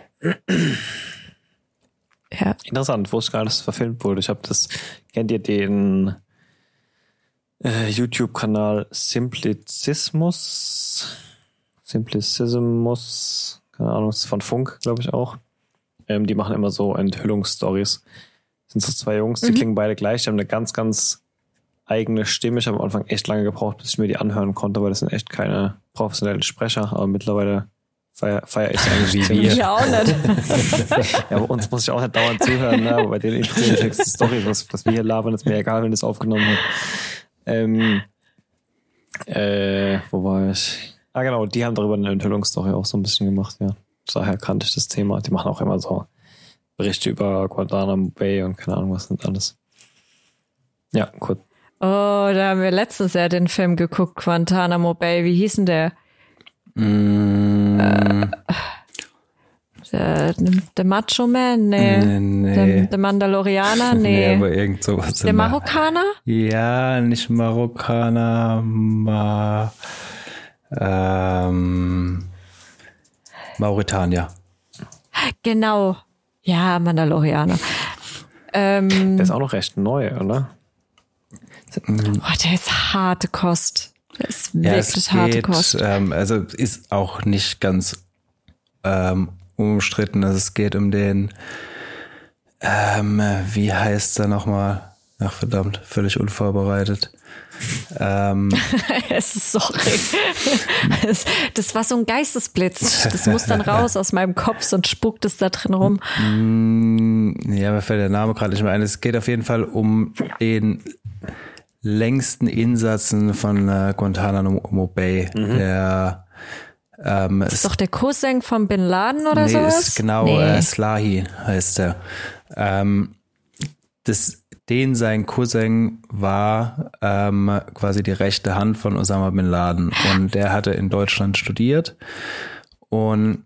Ja. Interessant, wusste gar nicht, dass es verfilmt wurde. Ich habe das, kennt ihr den äh, YouTube-Kanal Simplicismus? Simplicismus, keine Ahnung, das ist von Funk, glaube ich auch. Ähm, die machen immer so Enthüllungsstories. Sind so zwei Jungs, die mhm. klingen beide gleich, die haben eine ganz, ganz eigene Stimme. Ich habe am Anfang echt lange gebraucht, bis ich mir die anhören konnte, weil das sind echt keine professionellen Sprecher, aber mittlerweile feiere feier ich es eigentlich wie wir. Ja, auch nicht. Ja, aber uns muss ich auch nicht dauernd zuhören, ne? Aber bei denen interessiert mich die Story, was, was wir hier labern, ist mir egal, wenn das aufgenommen wird. Ähm, äh, wo war ich? Ah, genau, die haben darüber eine Enthüllungsstory auch so ein bisschen gemacht, ja. Daher kannte ich das Thema. Die machen auch immer so Berichte über Guantanamo Bay und keine Ahnung, was nicht alles. Ja, gut. Oh, da haben wir letztens ja den Film geguckt, Guantanamo Bay. Wie hieß denn der? Mm, äh, Der, der Macho Man? Nee. Nee, nee. Der, der Mandalorianer? Nee. Nee, aber irgend sowas. Der Marokkaner? Ja, nicht Marokkaner, ma, ähm, Mauretanier. Genau. Ja, Mandalorianer. Ähm, Der ist auch noch recht neu, oder? oh, der ist harte Kost. Der ist Ja, wirklich es harte geht, Kost. Ähm, also ist auch nicht ganz ähm, umstritten. Also es geht um den, ähm, wie heißt er nochmal? Ach verdammt, völlig unvorbereitet. Ähm, Es ist sorry. Das, das war so ein Geistesblitz. Das muss dann raus aus meinem Kopf, sonst spuckt es da drin rum. ja, mir fällt der Name gerade nicht mehr ein. Es geht auf jeden Fall um den längsten Insassen von äh, Guantanamo Bay. Mhm. Der ähm, ist doch der Cousin von Bin Laden oder nee, sowas? Ist genau, nee. äh, Slahi heißt er. Ähm, das, den sein Cousin war ähm, quasi die rechte Hand von Osama Bin Laden und der hatte in Deutschland studiert und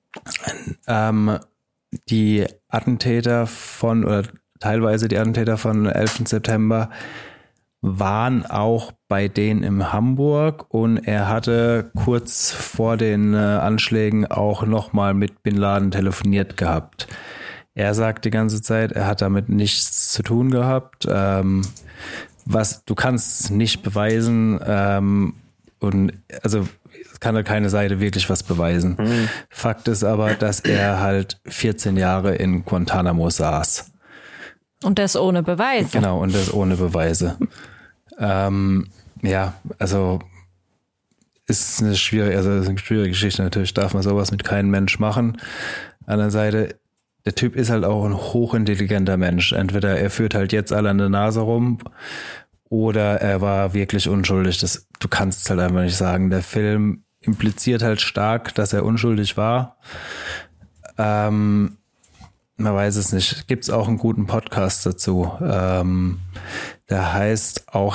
ähm, die Attentäter von oder teilweise die Attentäter von elften September waren auch bei denen in Hamburg und er hatte kurz vor den äh, Anschlägen auch nochmal mit Bin Laden telefoniert gehabt. Er sagt die ganze Zeit, er hat damit nichts zu tun gehabt. Ähm, was du kannst nicht beweisen ähm, und also kann da keine Seite wirklich was beweisen. Mhm. Fakt ist aber, dass er halt vierzehn Jahre in Guantanamo saß. Und das ohne Beweise. Genau, und das ohne Beweise. ähm, ja, also ist eine schwierige, also ist eine schwierige Geschichte. Natürlich darf man sowas mit keinem Mensch machen. Anderen Seite, der Typ ist halt auch ein hochintelligenter Mensch. Entweder er führt halt jetzt alle an der Nase rum oder er war wirklich unschuldig. Das, du kannst es halt einfach nicht sagen. Der Film impliziert halt stark, dass er unschuldig war. Ähm, man weiß es nicht. Gibt es auch einen guten Podcast dazu. Ähm, der heißt auch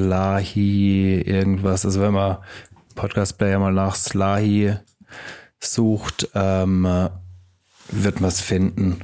Slahi irgendwas. Also wenn man Podcast-Player mal nach Slahi sucht, ähm, wird man es finden.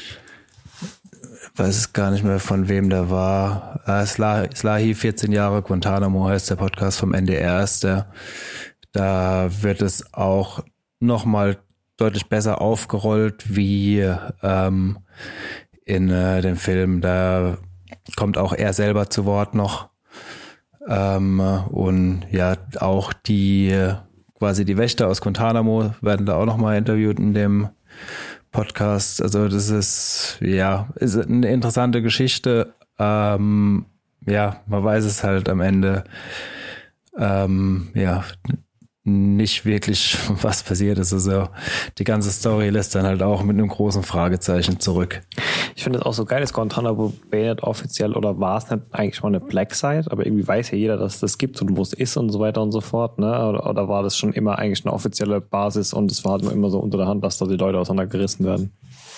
Ich weiß es gar nicht mehr, von wem der war. Äh, Slahi, Slahi, vierzehn Jahre Guantanamo heißt der Podcast vom N D R ist der. Da wird es auch nochmal deutlich besser aufgerollt wie ähm, in äh, dem Film. Da kommt auch er selber zu Wort noch. Ähm, und ja, auch die quasi die Wächter aus Guantanamo werden da auch nochmal interviewt in dem Podcast. Also das ist, ja, ist eine interessante Geschichte. Ähm, ja, man weiß es halt am Ende, ähm, ja, nicht wirklich, was passiert ist. Also die ganze Story lässt dann halt auch mit einem großen Fragezeichen zurück. Ich finde es auch so geil, dass Guantanamo Bay nicht offiziell oder war es nicht eigentlich mal eine Black Site, aber irgendwie weiß ja jeder, dass es das gibt und wo es ist und so weiter und so fort, ne? Oder, oder war das schon immer eigentlich eine offizielle Basis und es war halt nur immer so unter der Hand, dass da die Leute auseinandergerissen werden?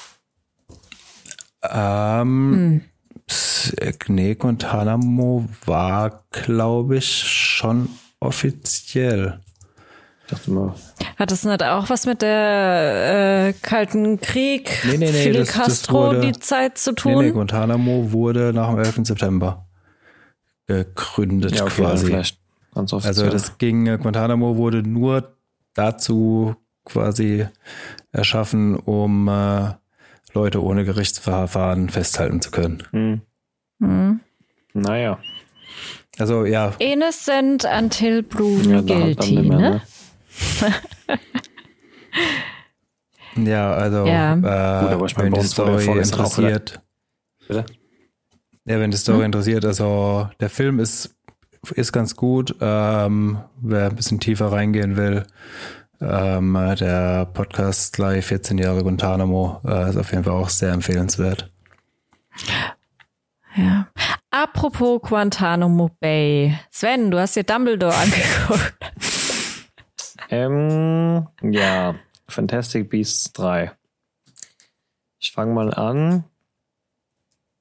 Ähm, hm. Nee, Guantanamo war, glaube ich, schon offiziell. Dachte mal. Hat das nicht auch was mit der äh, Kalten Krieg, nee, nee, nee, Fidel das, Castro, das wurde, die Zeit zu tun? Nee, nee, Guantanamo wurde nach dem elften September gegründet, ja, okay, quasi. Vielleicht ganz offiziell. Also das ging, Guantanamo wurde nur dazu quasi erschaffen, um äh, Leute ohne Gerichtsverfahren festhalten zu können. Hm. Hm. Naja. Also ja. Innocent until proven ja, guilty, ne? Ja, also ja. Äh, Gut, aber ich wenn mein, die Story interessiert. Bitte? Ja, wenn die Story hm? interessiert, also der Film ist, ist ganz gut. Ähm, wer ein bisschen tiefer reingehen will, ähm, der Podcast Live vierzehn Jahre Guantanamo äh, ist auf jeden Fall auch sehr empfehlenswert. Ja. Apropos Guantanamo Bay. Sven, du hast dir Dumbledore angeguckt. ähm, ja, Fantastic Beasts drei. Ich fange mal an.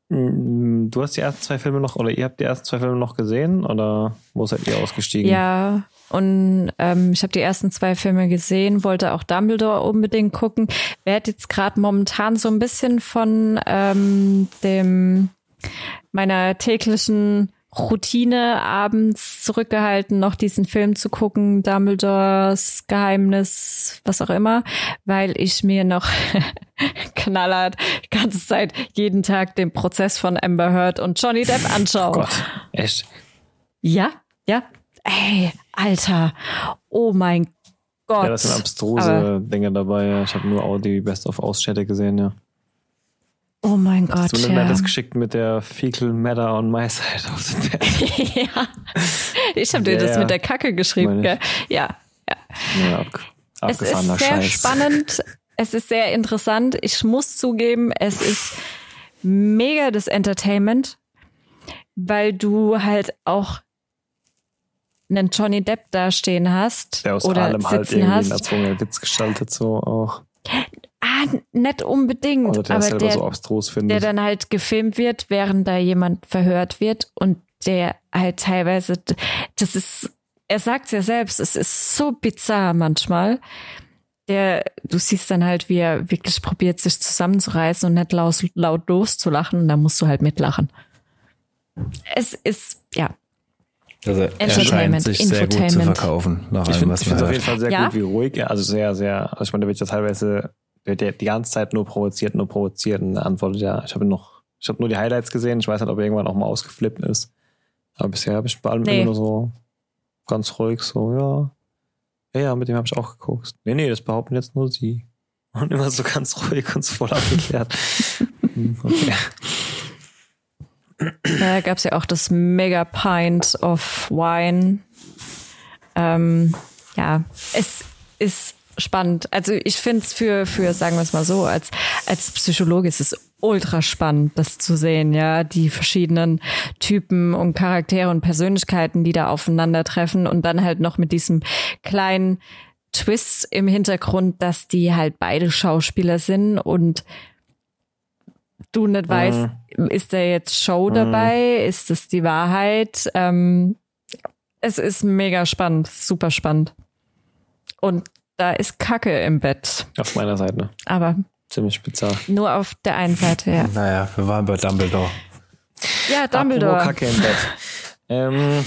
Du hast die ersten zwei Filme noch, oder ihr habt die ersten zwei Filme noch gesehen, oder wo seid ihr ausgestiegen? Ja, und ähm, ich habe die ersten zwei Filme gesehen, wollte auch Dumbledore unbedingt gucken. Werd jetzt gerade momentan so ein bisschen von ähm, dem meiner täglichen Routine abends zurückgehalten, noch diesen Film zu gucken, Dumbledores Geheimnis, was auch immer, weil ich mir noch knallhart die ganze Zeit jeden Tag den Prozess von Amber Heard und Johnny Depp anschaue. Oh Gott, echt? Ja, ja. Ey, Alter. Oh mein Gott. Ja, das sind abstruse Aber Dinge dabei. Ja. Ich habe nur auch die Best-of-Ausschnitte gesehen, ja. Oh mein Gott, Hast du ja. mir das geschickt mit der Fecal Matter on my side of the bed? Ja, ich habe dir ja, das ja. mit der Kacke geschrieben, gell? Ja, ja. ja ab, es ist sehr Scheiß. spannend, es ist sehr interessant. Ich muss zugeben, es ist mega das Entertainment, weil du halt auch einen Johnny Depp da stehen hast. Der aus oder allem halt sitzen irgendwie hast. einen erzwungenen Witz gestaltet, so auch. Ah, nicht unbedingt. Oder der aber selber der, so abstrus findet. der dann halt gefilmt wird, während da jemand verhört wird und der halt teilweise, das ist, er sagt es ja selbst, es ist so bizarr manchmal. Der, du siehst dann halt, wie er wirklich probiert, sich zusammenzureißen und nicht laut, laut loszulachen und da musst du halt mitlachen. Es ist, ja. Also er scheint sich sehr gut zu verkaufen. Nach ich allem, finde was es man auf hört. jeden Fall sehr Ja? gut, wie ruhig er, also sehr, sehr, also ich meine, der wird ja teilweise, der wird ja die ganze Zeit nur provoziert, nur provoziert und er antwortet ja, ich habe noch, ich habe nur die Highlights gesehen, ich weiß nicht, ob er irgendwann auch mal ausgeflippt ist. Aber bisher habe ich bei allem Nee. immer nur so ganz ruhig so, ja. Ja, ja, mit dem habe ich auch geguckt. Nee, nee, das behaupten jetzt nur sie. Und immer so ganz ruhig und so voll abgeklärt. Hm, okay. Da gab es ja auch das Mega Pint of Wine. Ähm, ja, es ist spannend. Also ich finde es für, für, sagen wir es mal so, als, als Psychologe ist es ultra spannend, das zu sehen, ja, die verschiedenen Typen und Charaktere und Persönlichkeiten, die da aufeinandertreffen und dann halt noch mit diesem kleinen Twist im Hintergrund, dass die halt beide Schauspieler sind und du nicht weißt, mm. ist da jetzt Show dabei? Mm. Ist das die Wahrheit? Ähm, es ist mega spannend, super spannend. Und da ist Kacke im Bett. Auf meiner Seite. Aber ziemlich bizarr. Nur auf der einen Seite, ja. Naja, wir waren bei Dumbledore. Ja, Dumbledore. Apropos Kacke im Bett. ähm,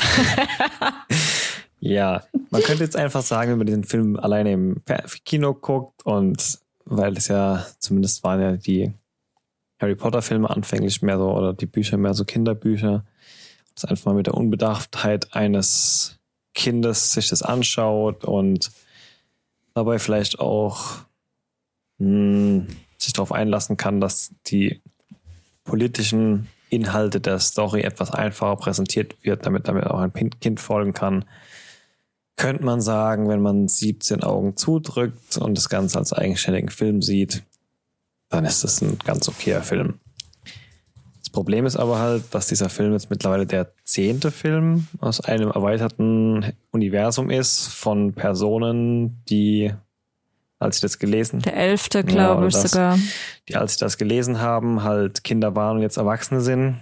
ja, man könnte jetzt einfach sagen, wenn man diesen Film alleine im Kino guckt und weil es ja, zumindest waren ja die Harry Potter Filme anfänglich mehr so, oder die Bücher mehr so Kinderbücher, das einfach mal mit der Unbedachtheit eines Kindes sich das anschaut und dabei vielleicht auch mh, sich darauf einlassen kann, dass die politischen Inhalte der Story etwas einfacher präsentiert wird, damit damit auch ein Kind folgen kann. Könnte man sagen, wenn man siebzehn Augen zudrückt und das Ganze als eigenständigen Film sieht, dann ist es ein ganz okayer Film. Das Problem ist aber halt, dass dieser Film jetzt mittlerweile der zehnte Film aus einem erweiterten Universum ist von Personen, die, als sie das gelesen Der elfte, glaube ja, ich das, sogar. Die, als sie das gelesen haben, halt Kinder waren und jetzt Erwachsene sind.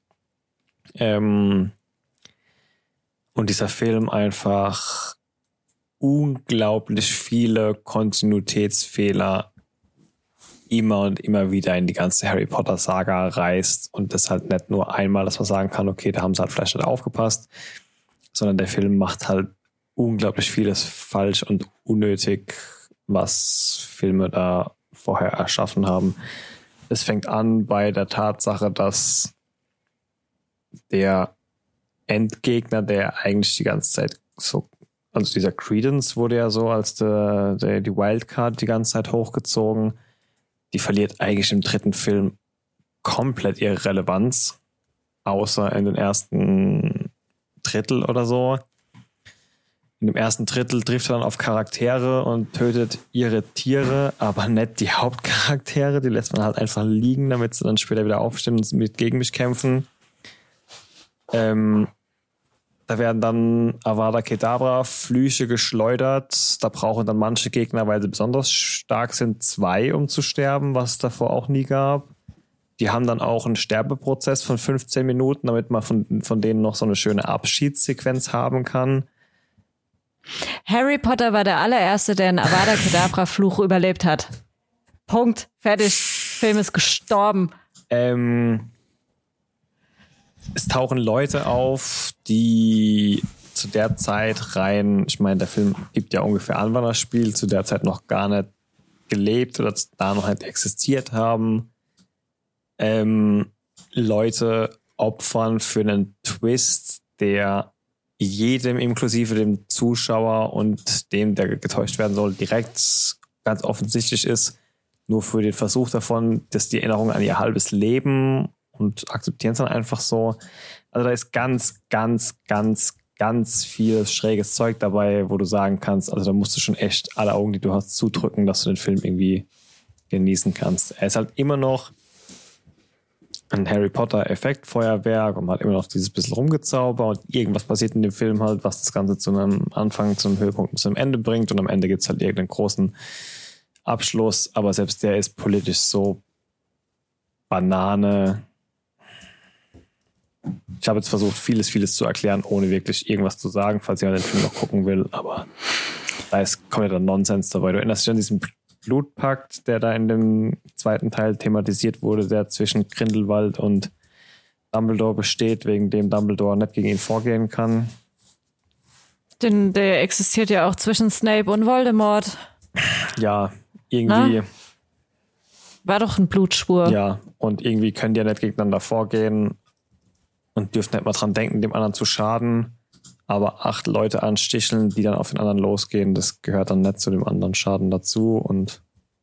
Ähm, und dieser Film einfach unglaublich viele Kontinuitätsfehler immer und immer wieder in die ganze Harry Potter Saga reißt und das halt nicht nur einmal, dass man sagen kann, okay, da haben sie halt vielleicht nicht aufgepasst, sondern der Film macht halt unglaublich vieles falsch und unnötig, was Filme da vorher erschaffen haben. Es fängt an bei der Tatsache, dass der Endgegner, der eigentlich die ganze Zeit so, also dieser Credence wurde ja so als der, der die Wildcard die ganze Zeit hochgezogen. Die verliert eigentlich im dritten Film komplett ihre Relevanz, außer in den ersten Drittel oder so. In dem ersten Drittel trifft er dann auf Charaktere und tötet ihre Tiere, aber nicht die Hauptcharaktere. Die lässt man halt einfach liegen, damit sie dann später wieder aufstehen und mit gegen mich kämpfen. Ähm, da werden dann Avada Kedavra Flüche geschleudert. Da brauchen dann manche Gegner, weil sie besonders stark sind, zwei, um zu sterben, was es davor auch nie gab. die haben dann auch einen Sterbeprozess von fünfzehn Minuten, damit man von, von denen noch so eine schöne Abschiedssequenz haben kann. Harry Potter war der allererste, der einen Avada Kedavra-Fluch überlebt hat. Punkt. Fertig. Film ist gestorben. Ähm, es tauchen Leute auf, die zu der Zeit rein, ich meine, der Film gibt ja ungefähr an, wann er spielt, zu der Zeit noch gar nicht gelebt oder da noch nicht existiert haben. Ähm, Leute opfern für einen Twist, der jedem, inklusive dem Zuschauer und dem, der getäuscht werden soll, direkt ganz offensichtlich ist, nur für den Versuch davon, dass die Erinnerung an ihr halbes Leben und akzeptieren es dann einfach so. Also da ist ganz, ganz, ganz, ganz viel schräges Zeug dabei, wo du sagen kannst, also da musst du schon echt alle Augen, die du hast, zudrücken, dass du den Film irgendwie genießen kannst. Er ist halt immer noch ein Harry Potter Effektfeuerwerk und man hat immer noch dieses bisschen Rumgezauber und irgendwas passiert in dem Film halt, was das Ganze zu einem Anfang, zu einem Höhepunkt und zu einem Ende bringt und am Ende gibt es halt irgendeinen großen Abschluss, aber selbst der ist politisch so Banane. Ich habe jetzt versucht, vieles, vieles zu erklären, ohne wirklich irgendwas zu sagen, falls jemand den Film noch gucken will, aber da ist kompletter Nonsens dabei. Du erinnerst dich an diesen Blutpakt, der da in dem zweiten Teil thematisiert wurde, der zwischen Grindelwald und Dumbledore besteht, wegen dem Dumbledore nicht gegen ihn vorgehen kann. Denn der existiert ja auch zwischen Snape und Voldemort. Ja, irgendwie. Na? War doch ein Blutspur. Ja, und irgendwie können die ja nicht gegeneinander vorgehen und dürfen nicht mal dran denken, dem anderen zu schaden. Aber acht Leute ansticheln, die dann auf den anderen losgehen, das gehört dann nicht zu dem anderen Schaden dazu. Und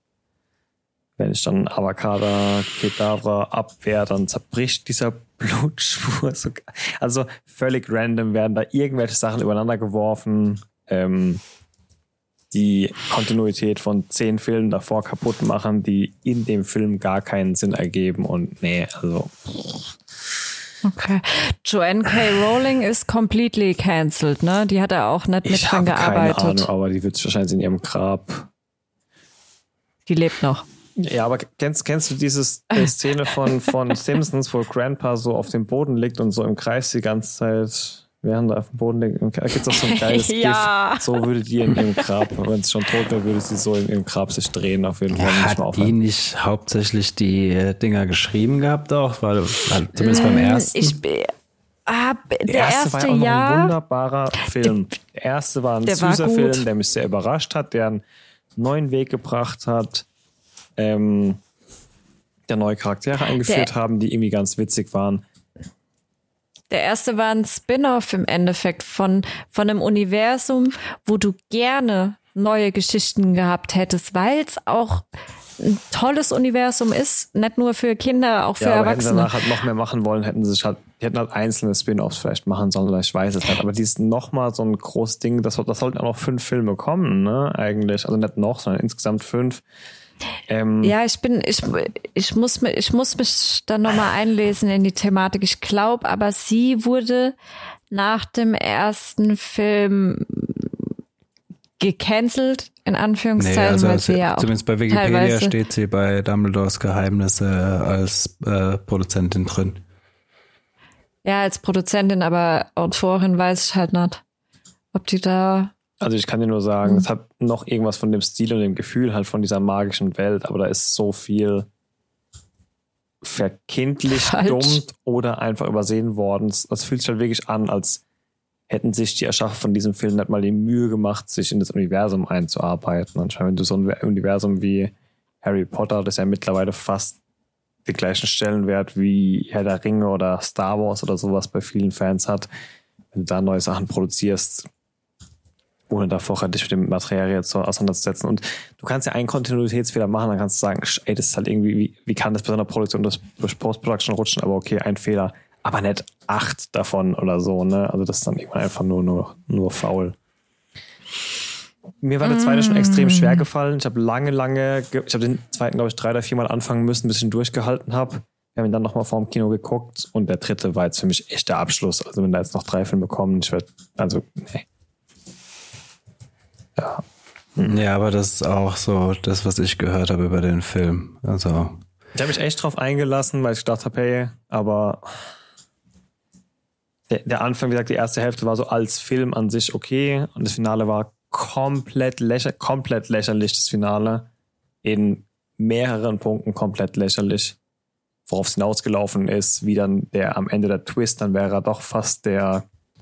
wenn ich dann Avada Kedavra abwehr, dann zerbricht dieser Blutspur. Also völlig random werden da irgendwelche Sachen übereinander geworfen, ähm, die Kontinuität von zehn Filmen davor kaputt machen, die in dem Film gar keinen Sinn ergeben. Und nee, also... Okay. Joanne K. Rowling ist completely cancelled, ne? Die hat er auch nicht mit dran gearbeitet. Keine Ahnung, aber die wird wahrscheinlich in ihrem Grab. Die lebt noch. Ja, aber kennst, kennst du diese Szene von, von Simpsons, wo Grandpa so auf dem Boden liegt und so im Kreis die ganze Zeit, während er auf dem Boden liegt, da gibt es auch so ein geiles ja. Gift. So würde die in ihrem Grab, wenn sie schon tot wäre, würde sie so in ihrem Grab sich drehen, auf jeden Fall. Ja, nicht hat die nicht hauptsächlich die äh, Dinger geschrieben gehabt auch? Weil, weil zumindest beim ersten. Ich, ah, der, der erste, erste war ja auch noch Jahr, ein wunderbarer Film. Der, der erste war ein der süßer war Film, der mich sehr überrascht hat, der einen neuen Weg gebracht hat, ähm, der neue Charaktere eingeführt der, haben, die irgendwie ganz witzig waren. Der erste war ein Spin-off im Endeffekt von, von einem Universum, wo du gerne neue Geschichten gehabt hättest, weil es auch ein tolles Universum ist, nicht nur für Kinder, auch für ja, aber Erwachsene. Hätten sie danach halt noch mehr machen wollen, hätten sie sich halt, die hätten halt einzelne Spin-offs vielleicht machen sollen, oder ich weiß es nicht. Aber dieses nochmal so ein großes Ding, das, das sollten auch noch fünf Filme kommen, ne, eigentlich. Also nicht noch, sondern insgesamt fünf. Ähm, ja, ich bin, ich, ich muss mich, ich muss mich dann nochmal einlesen in die Thematik. Ich glaube, aber sie wurde nach dem ersten Film gecancelt, in Anführungszeichen, nee, also weil sie ja auch zumindest bei Wikipedia teilweise steht sie bei Dumbledores Geheimnisse als äh, Produzentin drin. Ja, als Produzentin, aber Autorin weiß ich halt nicht, ob die da... Also ich kann dir nur sagen, mhm. es hat noch irgendwas von dem Stil und dem Gefühl halt von dieser magischen Welt, aber da ist so viel verkindlicht, dummt oder einfach übersehen worden. Es fühlt sich halt wirklich an, als hätten sich die Erschaffer von diesem Film nicht mal die Mühe gemacht, sich in das Universum einzuarbeiten. Anscheinend, wenn du so ein Universum wie Harry Potter, das ja mittlerweile fast den gleichen Stellenwert wie Herr der Ringe oder Star Wars oder sowas bei vielen Fans hat, wenn du da neue Sachen produzierst, ohne da vorher dich mit dem Material zu auseinanderzusetzen. Und du kannst ja einen Kontinuitätsfehler machen, dann kannst du sagen, ey, das ist halt irgendwie, wie, wie kann das bei so einer Produktion durch, durch Post-Production rutschen, aber okay, ein Fehler, aber nicht acht davon oder so, ne? Also das ist dann irgendwann einfach nur, nur, nur faul. Mir war der zweite mm. schon extrem schwer gefallen. Ich habe lange, lange, ich habe den zweiten, glaube ich, drei oder viermal anfangen müssen, bis ich ihn durchgehalten habe. Wir haben ihn dann nochmal vor dem Kino geguckt und der dritte war jetzt für mich echt der Abschluss. Also wenn da jetzt noch drei Filme kommen, ich werde, also, nee. Ja. Ja, aber das ist auch so das, was ich gehört habe über den Film. Also Ich habe mich echt drauf eingelassen, weil ich gedacht habe, hey, aber der, der Anfang, wie gesagt, die erste Hälfte war so als Film an sich okay und das Finale war komplett lächer, komplett lächerlich, das Finale. In mehreren Punkten komplett lächerlich. Worauf es hinausgelaufen ist, wie dann der am Ende der Twist, dann wäre er doch fast der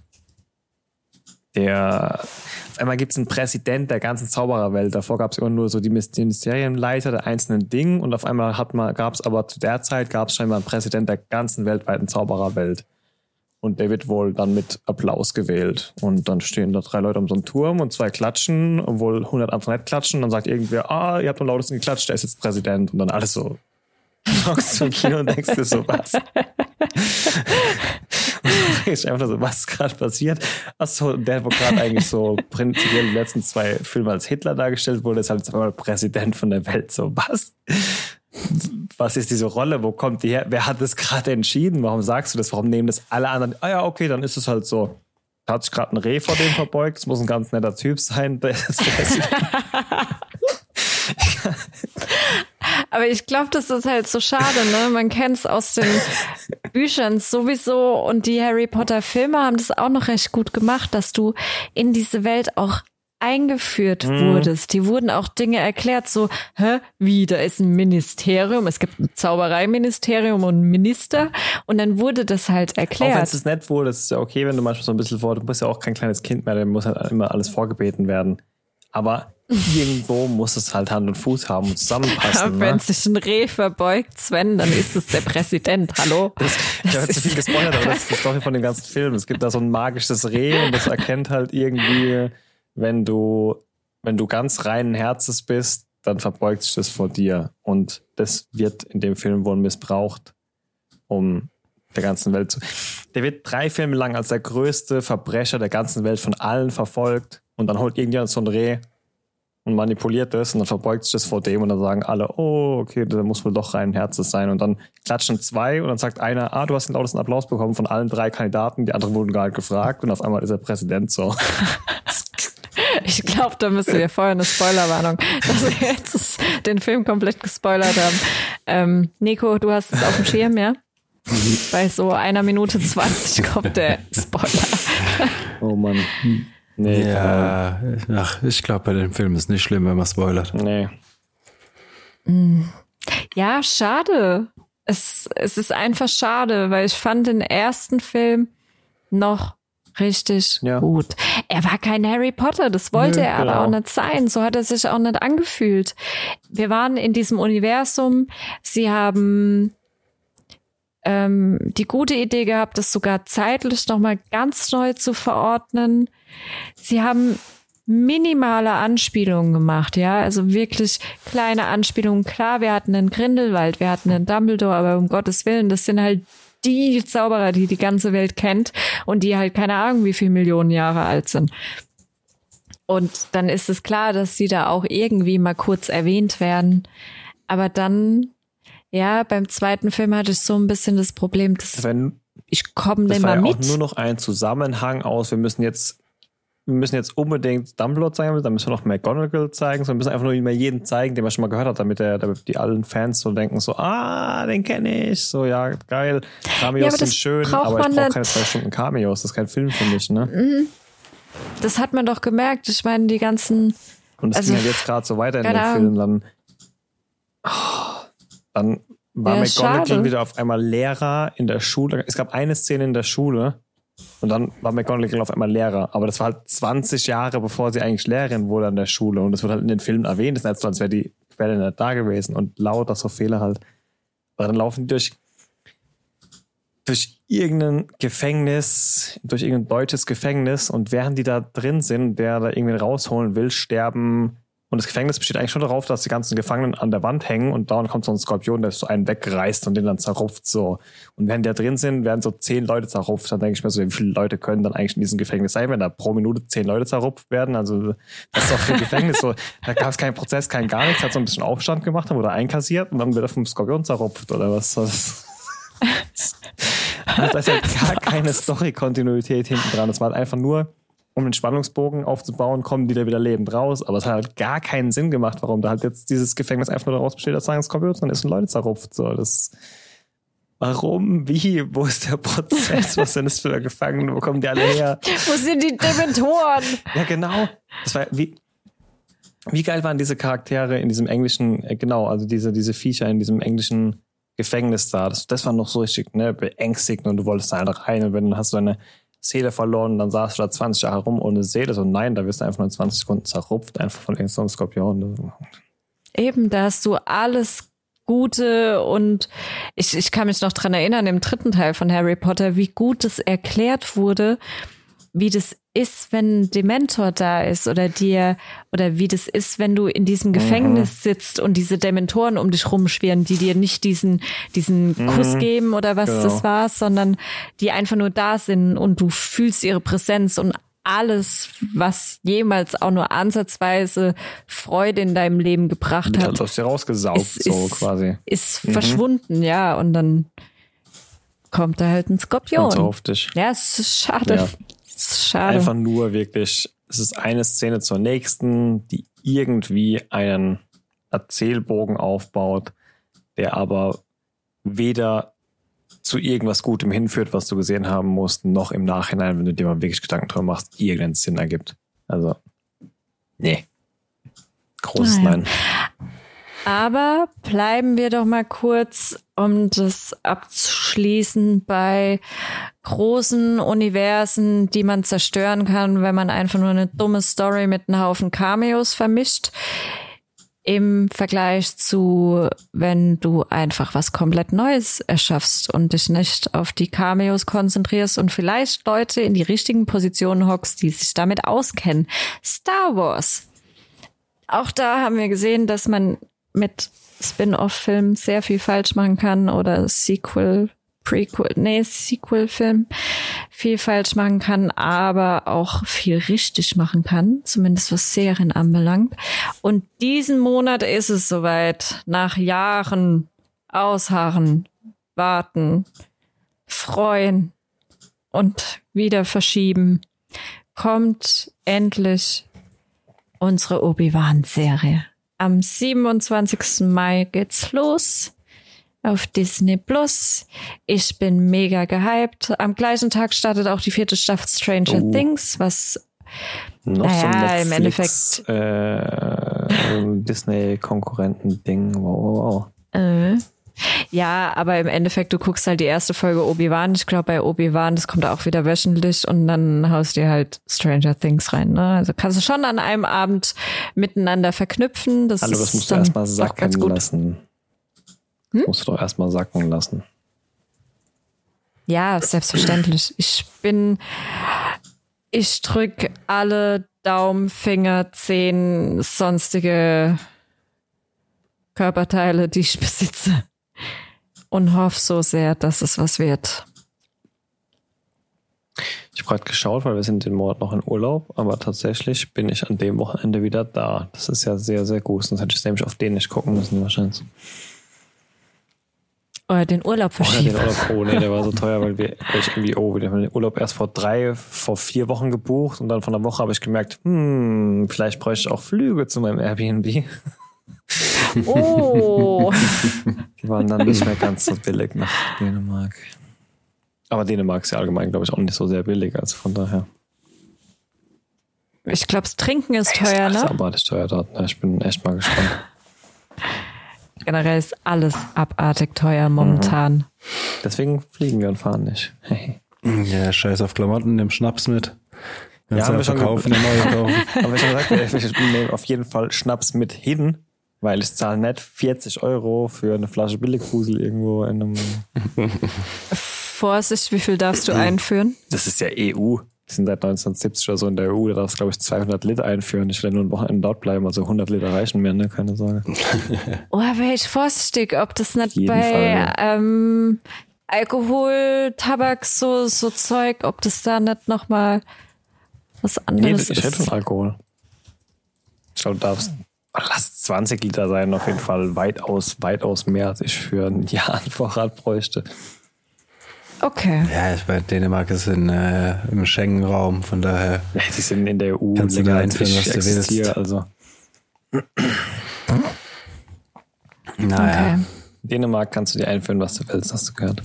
der auf einmal gibt es einen Präsident der ganzen Zaubererwelt. Davor gab es immer nur so die Ministerienleiter der einzelnen Dinge und auf einmal hat man, gab es aber zu der Zeit gab es scheinbar einen Präsident der ganzen weltweiten Zaubererwelt. Und der wird wohl dann mit Applaus gewählt. Und dann stehen da drei Leute um so einen Turm und zwei klatschen, obwohl hundert andere nicht klatschen. Und dann sagt irgendwer, ah, ihr habt am lautesten geklatscht, der ist jetzt Präsident. Und dann alles so, du hockst im Kino und denkst dir so, was? Und ich einfach so, was gerade passiert? Achso, der, wo gerade eigentlich so prinzipiell die letzten zwei Filme als Hitler dargestellt wurde, ist halt jetzt einmal Präsident von der Welt. So, was? Was ist diese Rolle? Wo kommt die her? Wer hat das gerade entschieden? Warum sagst du das? Warum nehmen das alle anderen? Ah ja, okay, dann ist es halt so. Da hat sich gerade ein Reh vor dem verbeugt. Das muss ein ganz netter Typ sein. Der ist Aber ich glaube, das ist halt so schade, ne? Man kennt es aus den Büchern sowieso und die Harry Potter Filme haben das auch noch recht gut gemacht, dass du in diese Welt auch eingeführt mhm. wurdest. Die wurden auch Dinge erklärt, so, hä, wie, da ist ein Ministerium, es gibt ein Zaubereiministerium und einen Minister und dann wurde das halt erklärt. Auch wenn es nett wurde, das ist ja okay, wenn du manchmal so ein bisschen vor, du bist ja auch kein kleines Kind mehr, dann muss halt immer alles vorgebeten werden. Aber irgendwo muss es halt Hand und Fuß haben und zusammenpassen. Wenn ne? sich ein Reh verbeugt, Sven, dann ist es der Präsident. Hallo? Das, ich habe jetzt zu viel gespoilert, aber das ist die Story von dem ganzen Film. Es gibt da so ein magisches Reh und das erkennt halt irgendwie, wenn du, wenn du ganz reinen Herzens bist, dann verbeugt sich das vor dir. Und das wird in dem Film wohl missbraucht, um der ganzen Welt zu... Der wird drei Filme lang als der größte Verbrecher der ganzen Welt von allen verfolgt. Und dann holt irgendjemand so ein Reh und manipuliert das und dann verbeugt sich das vor dem und dann sagen alle, oh, okay, der muss wohl doch rein Herzens sein. Und dann klatschen zwei und dann sagt einer, ah, du hast den lautesten Applaus bekommen von allen drei Kandidaten, die anderen wurden gar nicht gefragt und auf einmal ist er Präsident so. Ich glaube, da müssen wir vorher eine Spoilerwarnung, dass wir jetzt den Film komplett gespoilert haben. Ähm, Nico, du hast es auf dem Schirm, ja? Bei so einer Minute zwanzig kommt der Spoiler. Oh Mann. Nee, ja, ach, ich glaube, bei dem Film ist nicht schlimm, wenn man spoilert. Nee. Ja, schade. Es, es ist einfach schade, weil ich fand den ersten Film noch richtig ja. gut. Er war kein Harry Potter, das wollte Nö, er aber genau. auch nicht sein. So hat er sich auch nicht angefühlt. Wir waren in diesem Universum. Sie haben ähm, die gute Idee gehabt, das sogar zeitlich nochmal ganz neu zu verordnen. Sie haben minimale Anspielungen gemacht, ja, also wirklich kleine Anspielungen. Klar, wir hatten einen Grindelwald, wir hatten einen Dumbledore, aber um Gottes Willen, das sind halt die Zauberer, die die ganze Welt kennt und die halt keine Ahnung, wie viele Millionen Jahre alt sind. Und dann ist es klar, dass sie da auch irgendwie mal kurz erwähnt werden. Aber dann, ja, beim zweiten Film hatte ich so ein bisschen das Problem, dass Wenn, ich komme das nicht war mal ja mit. auch nur noch ein Zusammenhang aus, wir müssen jetzt wir müssen jetzt unbedingt Dumbledore zeigen, dann müssen wir noch McGonagall zeigen, sondern wir müssen einfach nur immer jeden zeigen, den man schon mal gehört hat, damit, der, damit die allen Fans so denken, so, ah, den kenne ich, so, ja, geil, Cameos ja, sind schön, aber ich brauche keine zwei Stunden Cameos, das ist kein Film für mich, ne? Das hat man doch gemerkt, ich meine, die ganzen... Und es also, ging ja jetzt gerade so weiter in keine den Ahnung. Film, dann, oh, dann war Ja, McGonagall schade. wieder auf einmal Lehrer in der Schule, es gab eine Szene in der Schule, und dann war McGonagall auf einmal Lehrer. Aber das war halt zwanzig Jahre, bevor sie eigentlich Lehrerin wurde an der Schule. Und das wird halt in den Filmen erwähnt. Das ist nicht so, als wäre die Quelle nicht da gewesen. Und lauter so Fehler halt. Aber dann laufen die durch, durch irgendein Gefängnis, durch irgendein deutsches Gefängnis. Und während die da drin sind, der da irgendwen rausholen will, sterben. Und das Gefängnis besteht eigentlich schon darauf, dass die ganzen Gefangenen an der Wand hängen und dauernd kommt so ein Skorpion, der so einen wegreißt und den dann zerrupft so. Und während die da drin sind, werden so zehn Leute zerrupft. Dann denke ich mir so, wie viele Leute können dann eigentlich in diesem Gefängnis sein, wenn da pro Minute zehn Leute zerrupft werden? Also das ist doch für ein Gefängnis so. Da gab es keinen Prozess, kein gar nichts. Hat so ein bisschen Aufstand gemacht, dann wurde er einkassiert und dann wird er vom Skorpion zerrupft oder was. Das da ist ja gar keine Story-Kontinuität hinten dran. Das war halt einfach nur um den Spannungsbogen aufzubauen, kommen die da wieder lebend raus. Aber es hat halt gar keinen Sinn gemacht, warum da halt jetzt dieses Gefängnis einfach nur daraus besteht, dass sagen Skorpions, dann ist ein Leute zerrupft. So, das, warum? Wie? Wo ist der Prozess? Was sind das für Gefangene? Wo kommen die alle her? Wo sind die Dementoren? Ja, genau. Das war wie, wie geil waren diese Charaktere in diesem englischen, äh, genau, also diese, diese Viecher in diesem englischen Gefängnis da. Das, das war noch so richtig, ne, beängstigend und du wolltest da halt rein und wenn dann hast du eine Seele verloren, dann saßt du da zwanzig Jahre rum ohne Seele. So nein, da wirst du einfach nur in zwanzig Sekunden zerrupft, einfach von irgendeinem Skorpion. Eben, da hast du alles Gute und ich, ich kann mich noch dran erinnern, im dritten Teil von Harry Potter, wie gut es erklärt wurde, wie das ist, wenn ein Dementor da ist oder dir, oder wie das ist, wenn du in diesem Gefängnis mhm. sitzt und diese Dementoren um dich rumschwirren, die dir nicht diesen, diesen mhm. Kuss geben oder was genau. das war, sondern die einfach nur da sind und du fühlst ihre Präsenz und alles, was jemals auch nur ansatzweise Freude in deinem Leben gebracht hat. Als aus dir rausgesaugt, ist, so ist, quasi. Ist mhm. verschwunden, ja, und dann kommt da halt ein Skorpion. Und auf dich. Ja, es ist schade. Ja. Es ist schade. Einfach nur wirklich, es ist eine Szene zur nächsten, die irgendwie einen Erzählbogen aufbaut, der aber weder zu irgendwas Gutem hinführt, was du gesehen haben musst, noch im Nachhinein, wenn du dir mal wirklich Gedanken drüber machst, irgendeinen Sinn ergibt. Also, nee. Großes naja. Nein. Aber bleiben wir doch mal kurz, um das abzuschließen, bei großen Universen, die man zerstören kann, wenn man einfach nur eine dumme Story mit einem Haufen Cameos vermischt. Im Vergleich zu, wenn du einfach was komplett Neues erschaffst und dich nicht auf die Cameos konzentrierst und vielleicht Leute in die richtigen Positionen hockst, die sich damit auskennen. Star Wars. Auch da haben wir gesehen, dass man mit Spin-off-Filmen sehr viel falsch machen kann oder Sequel, Prequel, nee, Sequel-Film viel falsch machen kann, aber auch viel richtig machen kann, zumindest was Serien anbelangt. Und diesen Monat ist es soweit, nach Jahren ausharren, warten, freuen und wieder verschieben, kommt endlich unsere Obi-Wan-Serie. Am siebenundzwanzigsten Mai geht's los auf Disney Plus. Ich bin mega gehypt. Am gleichen Tag startet auch die vierte Staffel Stranger oh. Things, was noch naja, so ein Netflix, im Endeffekt äh, Disney-Konkurrenten-Ding. Wow, wow, wow. Äh. Ja, aber im Endeffekt, du guckst halt die erste Folge Obi-Wan. Ich glaube, bei Obi-Wan, das kommt auch wieder wöchentlich und dann haust dir halt Stranger Things rein. Ne? Also kannst du schon an einem Abend miteinander verknüpfen. Das Hallo, das musst du erstmal sacken lassen. Hm? Das musst du doch erstmal sacken lassen. Ja, selbstverständlich. Ich bin, ich drück alle Daumen, Finger, Zehen, sonstige Körperteile, die ich besitze. Und hoffe so sehr, dass es was wird. Ich habe gerade geschaut, weil wir sind den Monat noch in Urlaub, aber tatsächlich bin ich an dem Wochenende wieder da. Das ist ja sehr, sehr gut, sonst hätte ich nämlich auf den nicht gucken müssen wahrscheinlich. Oder den Urlaub verschieben. Oder den Urlaub, oh nee, der war so teuer, weil wir weil ich irgendwie, oh, wir haben den Urlaub erst vor drei, vor vier Wochen gebucht und dann von einer Woche habe ich gemerkt, hm, vielleicht bräuchte ich auch Flüge zu meinem Airbnb. Oh. Die waren dann nicht mehr ganz so billig nach Dänemark. Aber Dänemark ist ja allgemein, glaube ich, auch nicht so sehr billig, also von daher. Ich glaube, das Trinken ist hey, teuer, ist ne? abartig teuer dort. Ich bin echt mal gespannt. Generell ist alles abartig teuer momentan. Mhm. Deswegen fliegen wir und fahren nicht. Ja, scheiß auf Klamotten, nimm Schnaps mit. Ja, ja, haben wir schon kaufen, eine neue kaufen. Haben wir schon gesagt, wir nehmen auf jeden Fall Schnaps mit hin, weil ich zahle nicht vierzig Euro für eine Flasche Billigfusel irgendwo in einem... Vorsicht, wie viel darfst du einführen? Das ist ja E U. Die sind seit neunzehnhundertsiebzig oder so in der E U. Da darfst du, glaube ich, zweihundert Liter einführen. Ich will nur ein Wochenende dort bleiben. Also hundert Liter reichen mir, ne? Keine Sorge. Oh, wäre ich vorsichtig, ob das nicht bei Fall, ja. ähm, Alkohol, Tabak, so, so Zeug, ob das da nicht nochmal was anderes nee, ist. Ich hätte schon Alkohol. Ich glaube, du darfst, lass zwanzig Liter sein, auf jeden Fall weitaus, weitaus mehr, als ich für ein Jahr an Vorrat bräuchte. Okay. Ja, bei Dänemark ist in, äh, im Schengen-Raum, von daher. Ja, die sind in der E U. Kannst du da einführen, was du willst. Also. Naja. Okay. In Dänemark kannst du dir einführen, was du willst, hast du gehört.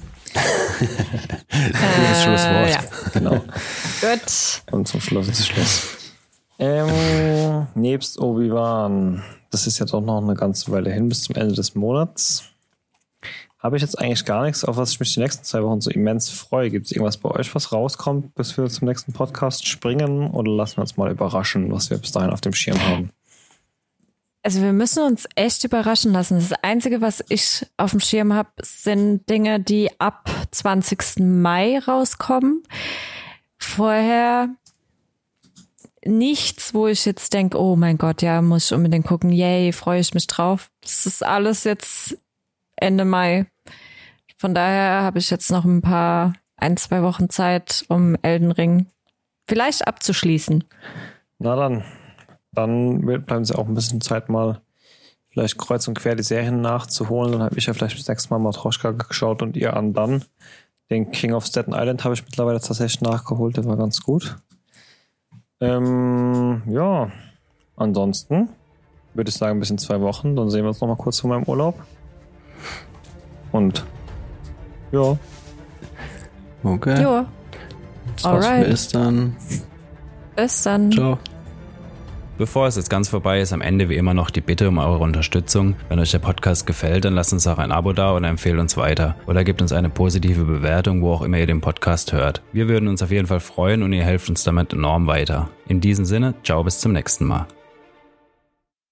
Das Schlusswort. Äh, ja. Genau. Gut. Und zum Schluss ist Schluss. Ähm, nebst Obi-Wan, das ist ja doch noch eine ganze Weile hin bis zum Ende des Monats, habe ich jetzt eigentlich gar nichts, auf was ich mich die nächsten zwei Wochen so immens freue. Gibt es irgendwas bei euch, was rauskommt, bis wir zum nächsten Podcast springen? Oder lassen wir uns mal überraschen, was wir bis dahin auf dem Schirm haben? Also wir müssen uns echt überraschen lassen. Das Einzige, was ich auf dem Schirm habe, sind Dinge, die ab zwanzigsten Mai rauskommen. Vorher nichts, wo ich jetzt denke, oh mein Gott, ja, muss ich unbedingt gucken. Yay, freue ich mich drauf. Das ist alles jetzt Ende Mai. Von daher habe ich jetzt noch ein paar, ein, zwei Wochen Zeit, um Elden Ring vielleicht abzuschließen. Na dann. Dann bleiben sie auch ein bisschen Zeit, mal vielleicht kreuz und quer die Serien nachzuholen. Dann habe ich ja vielleicht das nächste Mal Matroschka geschaut und ihr an dann. Den King of Staten Island habe ich mittlerweile tatsächlich nachgeholt. Der war ganz gut. Ähm, ja, ansonsten würde ich sagen, bis in zwei Wochen. Dann sehen wir uns noch mal kurz vor meinem Urlaub. Und ja. Okay. Ja. Das war's Alright. Bis dann. Bis dann. Ciao. Bevor es jetzt ganz vorbei ist, am Ende wie immer noch die Bitte um eure Unterstützung. Wenn euch der Podcast gefällt, dann lasst uns auch ein Abo da oder empfehlt uns weiter. Oder gebt uns eine positive Bewertung, wo auch immer ihr den Podcast hört. Wir würden uns auf jeden Fall freuen und ihr helft uns damit enorm weiter. In diesem Sinne, ciao, bis zum nächsten Mal.